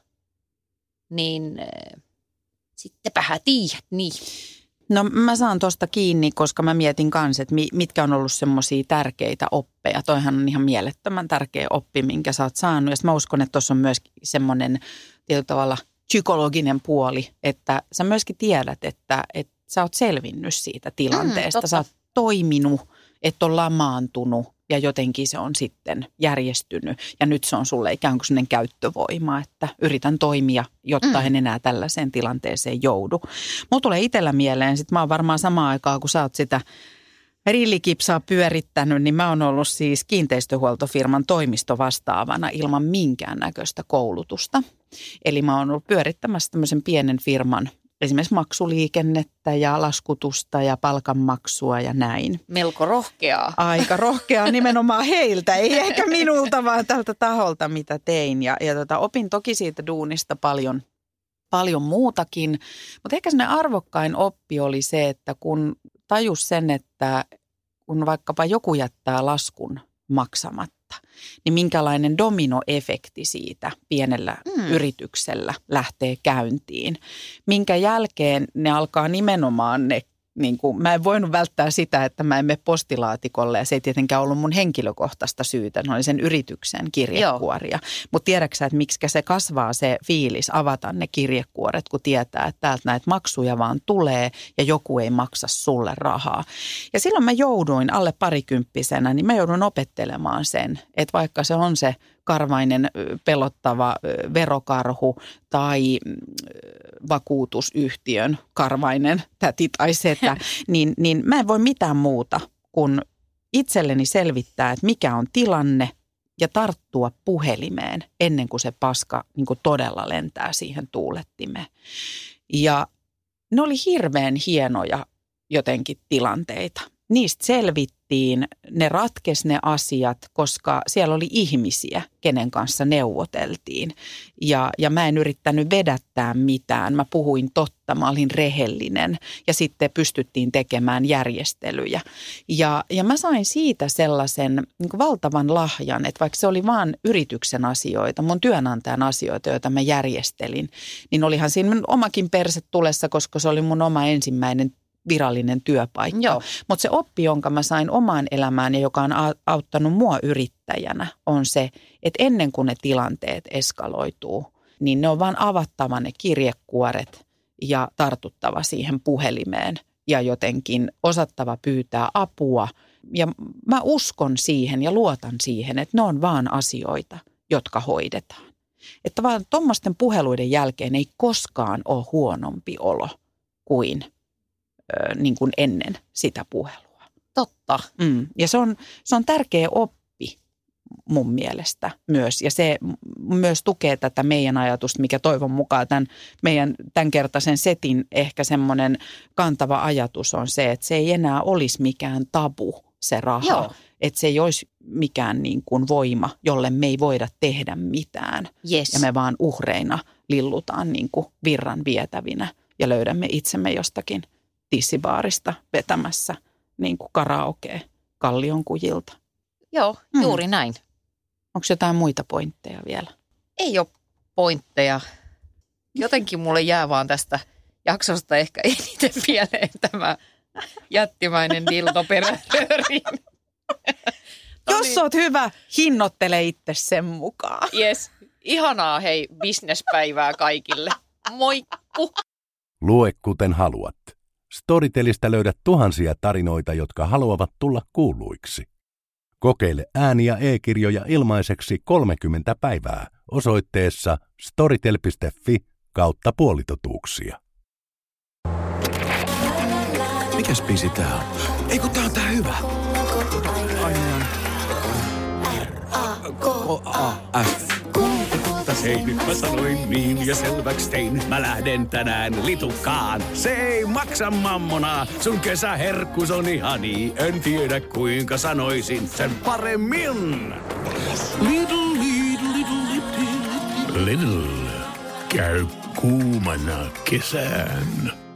[SPEAKER 3] Niin äh, sittenpähän tiedät, niin.
[SPEAKER 4] No mä saan tuosta kiinni, koska mä mietin kanssa, että mitkä on ollut semmoisia tärkeitä oppeja. Toihan on ihan mielettömän tärkeä oppi, minkä sä oot saanut. Ja mä uskon, että tuossa on myös semmoinen tietyllä tavalla psykologinen puoli, että sä myöskin tiedät, että, että sä oot selvinnyt siitä tilanteesta.
[SPEAKER 3] Mm, totta.
[SPEAKER 4] Sä oot toiminut, et ole lamaantunut ja jotenkin se on sitten järjestynyt. Ja nyt se on sulle ikään kuin sellainen käyttövoima, että yritän toimia, jotta
[SPEAKER 3] Mm.
[SPEAKER 4] en enää tällaiseen tilanteeseen joudu. Mulla tulee itsellä mieleen, sit mä oon varmaan samaan aikaan, kun sä oot sitä rillikipsaa pyörittänyt, niin mä oon ollut siis kiinteistöhuoltofirman toimistovastaavana ilman minkäännäköistä koulutusta. Eli mä oon ollut pyörittämässä tämmöisen pienen firman, esimerkiksi maksuliikennettä ja laskutusta ja palkanmaksua ja näin.
[SPEAKER 3] Melko rohkeaa.
[SPEAKER 4] Aika rohkeaa nimenomaan heiltä, ei ehkä minulta, vaan tältä taholta, mitä tein. Ja, ja tota, opin toki siitä duunista paljon, paljon muutakin, mutta ehkä sellainen arvokkain oppi oli se, että kun tajus sen, että kun vaikkapa joku jättää laskun maksamatta, niin minkälainen dominoefekti siitä pienellä
[SPEAKER 3] Mm.
[SPEAKER 4] yrityksellä lähtee käyntiin. Minkä jälkeen ne alkaa nimenomaan ne, niin kuin, mä en voinut välttää sitä, että mä en mene postilaatikolle ja se ei tietenkään ollut mun henkilökohtaista syytä, ne oli sen yrityksen kirjekuoria. Mutta tiedätkö sä, että miksi se kasvaa se fiilis avata ne kirjekuoret, kun tietää, että täältä näitä maksuja vaan tulee ja joku ei maksa sulle rahaa. Ja silloin mä jouduin alle parikymppisenä, niin mä joudun opettelemaan sen, että vaikka se on se karvainen pelottava verokarhu tai vakuutusyhtiön karvainen täti tai setä, niin, niin mä en voi mitään muuta kuin itselleni selvittää, että mikä on tilanne ja tarttua puhelimeen ennen kuin se paska niin kuin todella lentää siihen tuulettimeen. Ja ne oli hirveän hienoja jotenkin tilanteita. niistä selvittiin, ne ratkesi ne asiat, koska siellä oli ihmisiä, kenen kanssa neuvoteltiin. Ja, ja mä en yrittänyt vedättää mitään, mä puhuin totta, mä olin rehellinen ja sitten pystyttiin tekemään järjestelyjä. Ja, ja mä sain siitä sellaisen niin kuin valtavan lahjan, että vaikka se oli vaan yrityksen asioita, mun työnantajan asioita, joita mä järjestelin, niin olihan siinä omakin perse tulessa, koska se oli mun oma ensimmäinen virallinen työpaikka. Mutta se oppi, jonka mä sain omaan elämään ja joka on auttanut mua yrittäjänä, on se, että ennen kuin ne tilanteet eskaloituu, niin ne on vaan avattava ne kirjekuoret ja tartuttava siihen puhelimeen ja jotenkin osattava pyytää apua. Ja mä uskon siihen ja luotan siihen, että ne on vaan asioita, jotka hoidetaan. Että vaan tuommoisten puheluiden jälkeen ei koskaan ole huonompi olo kuin niin kuin ennen sitä puhelua.
[SPEAKER 3] Totta.
[SPEAKER 4] Mm. Ja se on, se on tärkeä oppi mun mielestä myös. Ja se myös tukee tätä meidän ajatusta, mikä toivon mukaan tämän meidän tämänkertaisen setin ehkä semmoinen kantava ajatus on se, että se ei enää olisi mikään tabu se raha.
[SPEAKER 3] Joo.
[SPEAKER 4] Että se ei olisi mikään niin kuin voima, jolle me ei voida tehdä mitään.
[SPEAKER 3] Yes.
[SPEAKER 4] Ja me vaan uhreina lillutaan niin kuin virran vietävinä ja löydämme itsemme jostakin tissibaarista vetämässä niin kuin karaokea Kallion kujilta.
[SPEAKER 3] Joo,
[SPEAKER 4] Hmm.
[SPEAKER 3] juuri näin.
[SPEAKER 4] Onko jotain muita pointteja vielä?
[SPEAKER 3] Ei ole pointteja. Jotenkin mulle jää vaan tästä jaksosta ehkä eniten mieleen tämä jättimäinen dildoperärööriin.
[SPEAKER 4] Jos oot hyvä, hinnoittele itse sen mukaan.
[SPEAKER 3] Yes. Ihanaa hei bisnespäivää kaikille. Moikku!
[SPEAKER 5] Lue kuten haluat. Storytelistä löydät tuhansia tarinoita, jotka haluavat tulla kuulluiksi. Kokeile ääni- ja e-kirjoja ilmaiseksi kolmekymmentä päivää osoitteessa storytel piste fi kautta puolitotuuksia.
[SPEAKER 2] Mikäs biisi tää on? Ei kun tää on tää hyvä. K-A-F.
[SPEAKER 6] Hei, nyt mä sanoin niin ja selväks tein. Mä lähden tänään litukaan. Se ei maksa mammonaa. Sun kesäherkkus on ihani. En tiedä kuinka sanoisin sen paremmin. Little, little, little, little, little. Käy kuumana kesään.